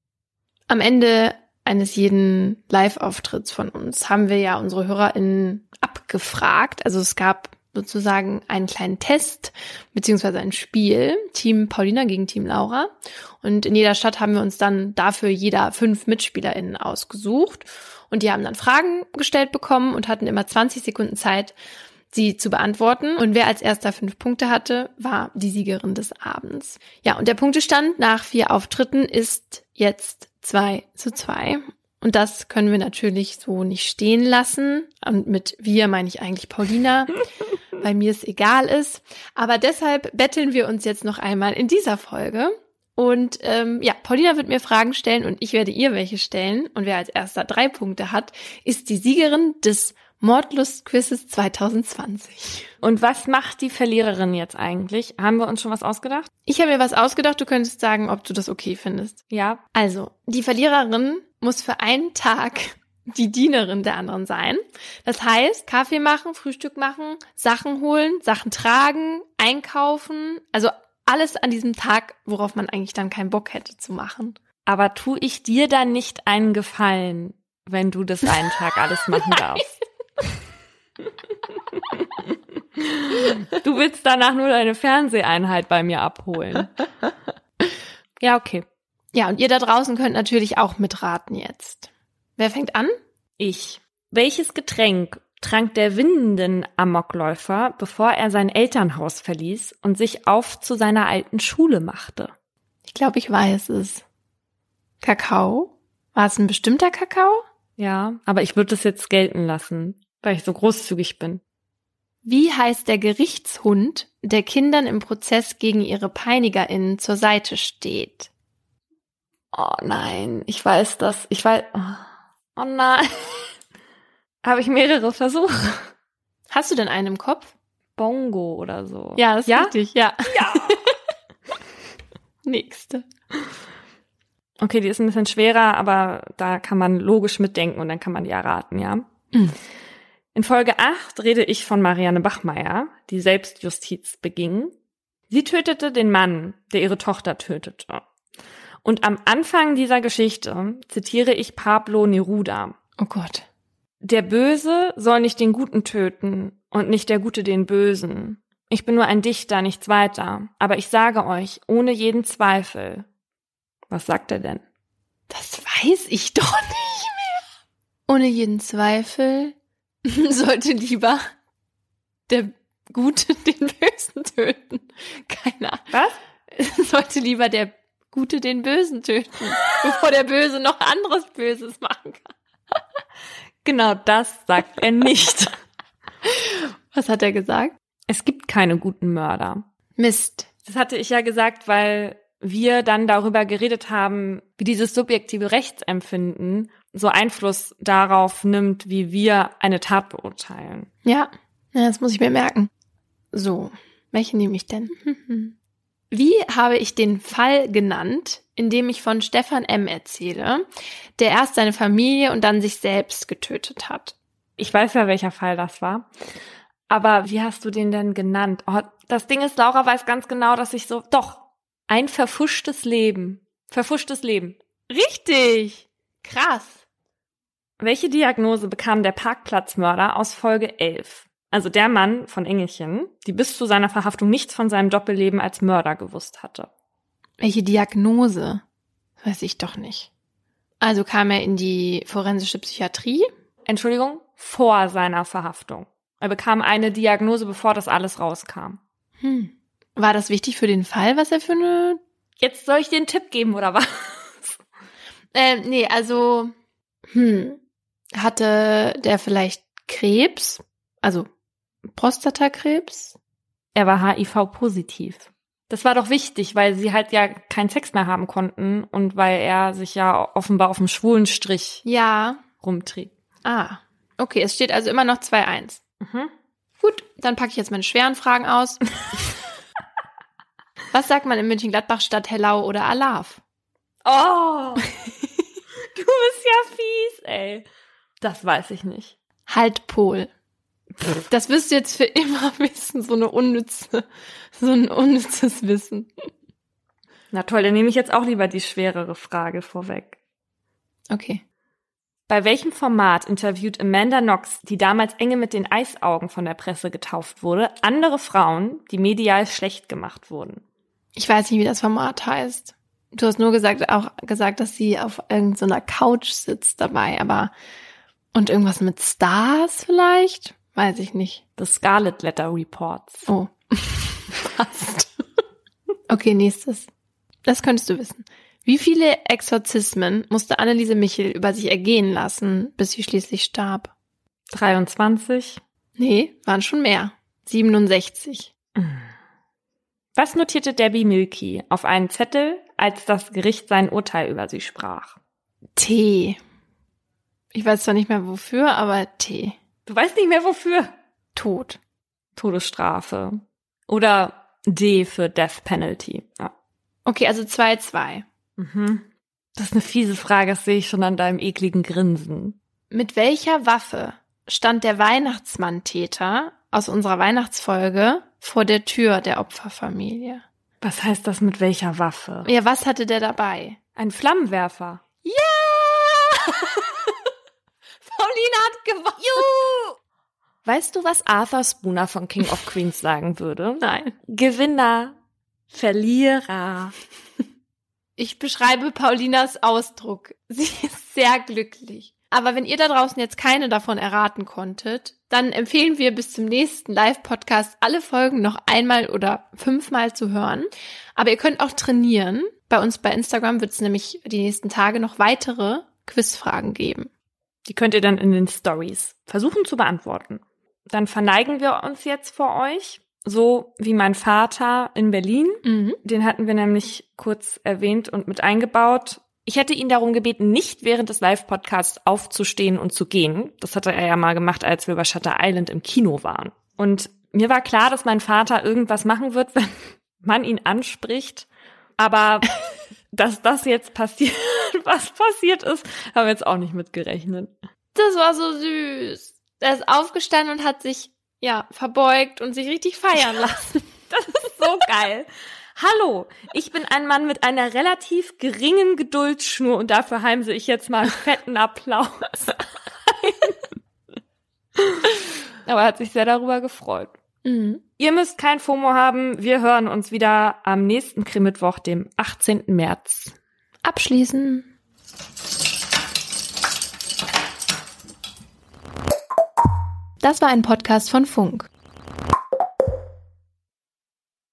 Am Ende eines jeden Live-Auftritts von uns haben wir ja unsere HörerInnen abgefragt. Also es gab sozusagen einen kleinen Test beziehungsweise ein Spiel, Team Paulina gegen Team Laura. Und in jeder Stadt haben wir uns dann dafür jeder fünf MitspielerInnen ausgesucht. Und die haben dann Fragen gestellt bekommen und hatten immer zwanzig Sekunden Zeit, sie zu beantworten. Und wer als erster fünf Punkte hatte, war die Siegerin des Abends. Ja, und der Punktestand nach vier Auftritten ist jetzt zwei zu zwei. Und das können wir natürlich so nicht stehen lassen. Und mit wir meine ich eigentlich Paulina, weil mir es egal ist. Aber deshalb betteln wir uns jetzt noch einmal in dieser Folge. Und ähm, ja, Paulina wird mir Fragen stellen und ich werde ihr welche stellen. Und wer als erster drei Punkte hat, ist die Siegerin des Mordlust-Quizzes zwanzig zwanzig. Und was macht die Verliererin jetzt eigentlich? Haben wir uns schon was ausgedacht? Ich habe mir was ausgedacht. Du könntest sagen, ob du das okay findest. Ja. Also, die Verliererin muss für einen Tag die Dienerin der anderen sein. Das heißt, Kaffee machen, Frühstück machen, Sachen holen, Sachen tragen, einkaufen. Also alles an diesem Tag, worauf man eigentlich dann keinen Bock hätte zu machen. Aber tu ich dir dann nicht einen Gefallen, wenn du das einen Tag alles machen darfst? Du willst danach nur deine Fernseheinheit bei mir abholen. Ja, okay. Ja, und ihr da draußen könnt natürlich auch mitraten jetzt. Wer fängt an? Ich. Welches Getränk trank der Winden-Amokläufer, bevor er sein Elternhaus verließ und sich auf zu seiner alten Schule machte? Ich glaube, ich weiß es. Kakao? War es ein bestimmter Kakao? Ja, aber ich würde es jetzt gelten lassen, weil ich so großzügig bin. Wie heißt der Gerichtshund, der Kindern im Prozess gegen ihre PeinigerInnen zur Seite steht? Oh nein, ich weiß das. Ich weiß. Oh nein. Habe ich mehrere Versuche. Hast du denn einen im Kopf? Bongo oder so. Ja, das ist ja? richtig, ja. Ja. Nächste. Okay, die ist ein bisschen schwerer, aber da kann man logisch mitdenken und dann kann man die erraten, ja? Mhm. In Folge acht rede ich von Marianne Bachmeier, die Selbstjustiz beging. Sie tötete den Mann, der ihre Tochter tötete. Und am Anfang dieser Geschichte zitiere ich Pablo Neruda. Oh Gott. Der Böse soll nicht den Guten töten und nicht der Gute den Bösen. Ich bin nur ein Dichter, nichts weiter. Aber ich sage euch, ohne jeden Zweifel. Was sagt er denn? Das weiß ich doch nicht mehr. Ohne jeden Zweifel sollte lieber der Gute den Bösen töten. Keine Ahnung. Was? Sollte lieber der Gute den Bösen töten, bevor der Böse noch anderes Böses machen kann. Genau das sagt er nicht. Was hat er gesagt? Es gibt keine guten Mörder. Mist. Das hatte ich ja gesagt, weil wir dann darüber geredet haben, wie dieses subjektive Rechtsempfinden so Einfluss darauf nimmt, wie wir eine Tat beurteilen. Ja, ja, das muss ich mir merken. So, welche nehme ich denn? Wie habe ich den Fall genannt, in dem ich von Stefan M. erzähle, der erst seine Familie und dann sich selbst getötet hat? Ich weiß ja, welcher Fall das war. Aber wie hast du den denn genannt? Oh, das Ding ist, Laura weiß ganz genau, dass ich so... Doch, ein verfuschtes Leben. Verfuschtes Leben. Richtig! Krass. Welche Diagnose bekam der Parkplatzmörder aus Folge elf? Also der Mann von Engelchen, die bis zu seiner Verhaftung nichts von seinem Doppelleben als Mörder gewusst hatte. Welche Diagnose? Weiß ich doch nicht. Also kam er in die forensische Psychiatrie? Entschuldigung, vor seiner Verhaftung. Er bekam eine Diagnose, bevor das alles rauskam. Hm. War das wichtig für den Fall, was er für eine... Jetzt soll ich dir einen Tipp geben, oder was? äh, nee, also... Hm. Hatte der vielleicht Krebs? Also Prostatakrebs? Er war H I V-positiv. Das war doch wichtig, weil sie halt ja keinen Sex mehr haben konnten und weil er sich ja offenbar auf dem schwulen Strich ja. rumtrieb. Ah, okay, es steht also immer noch zwei eins. Mhm. Gut, dann packe ich jetzt meine schweren Fragen aus. Was sagt man in Mönchengladbach statt Hellau oder Alav? Oh, du bist ja fies, ey. Das weiß ich nicht. Halt Pol. Das wirst du jetzt für immer wissen, so eine unnütze, so ein unnützes Wissen. Na toll, dann nehme ich jetzt auch lieber die schwerere Frage vorweg. Okay. Bei welchem Format interviewt Amanda Knox, die damals Enge mit den Eisaugen von der Presse getauft wurde, andere Frauen, die medial schlecht gemacht wurden? Ich weiß nicht, wie das Format heißt. Du hast nur gesagt, auch gesagt, dass sie auf irgendeiner Couch sitzt dabei, aber und irgendwas mit Stars vielleicht? Weiß ich nicht. The Scarlet Letter Reports. Oh. Passt. Okay, nächstes. Das könntest du wissen. Wie viele Exorzismen musste Anneliese Michel über sich ergehen lassen, bis sie schließlich starb? dreiundzwanzig. Nee, waren schon mehr. siebenundsechzig. Was notierte Debbie Milky auf einen Zettel, als das Gericht sein Urteil über sie sprach? T. Ich weiß zwar nicht mehr wofür, aber T. Du weißt nicht mehr wofür? Tod. Todesstrafe. Oder D für Death Penalty. Ja. Okay, also zwei zwei. Mhm. Das ist eine fiese Frage, das sehe ich schon an deinem ekligen Grinsen. Mit welcher Waffe stand der Weihnachtsmann-Täter aus unserer Weihnachtsfolge vor der Tür der Opferfamilie? Was heißt das mit welcher Waffe? Ja, was hatte der dabei? Ein Flammenwerfer. Ja! Paulina hat gewonnen. Juhu! Weißt du, was Arthur Spooner von King of Queens sagen würde? Nein. Gewinner, Verlierer. Ich beschreibe Paulinas Ausdruck. Sie ist sehr glücklich. Aber wenn ihr da draußen jetzt keine davon erraten konntet, dann empfehlen wir bis zum nächsten Live-Podcast alle Folgen noch einmal oder fünfmal zu hören. Aber ihr könnt auch trainieren. Bei uns bei Instagram wird es nämlich die nächsten Tage noch weitere Quizfragen geben. Die könnt ihr dann in den Stories versuchen zu beantworten. Dann verneigen wir uns jetzt vor euch, so wie mein Vater in Berlin. Mhm. Den hatten wir nämlich kurz erwähnt und mit eingebaut. Ich hätte ihn darum gebeten, nicht während des Live-Podcasts aufzustehen und zu gehen. Das hatte er ja mal gemacht, als wir bei Shutter Island im Kino waren. Und mir war klar, dass mein Vater irgendwas machen wird, wenn man ihn anspricht. Aber dass das jetzt passiert, was passiert ist, haben wir jetzt auch nicht mitgerechnet. Das war so süß. Er ist aufgestanden und hat sich, ja, verbeugt und sich richtig feiern lassen. Das ist so geil. Hallo, ich bin ein Mann mit einer relativ geringen Geduldsschnur und dafür heimse ich jetzt mal einen fetten Applaus. Aber er hat sich sehr darüber gefreut. Mhm. Ihr müsst kein FOMO haben. Wir hören uns wieder am nächsten Krimmittwoch, dem achtzehnten März. Abschließen. Das war ein Podcast von Funk.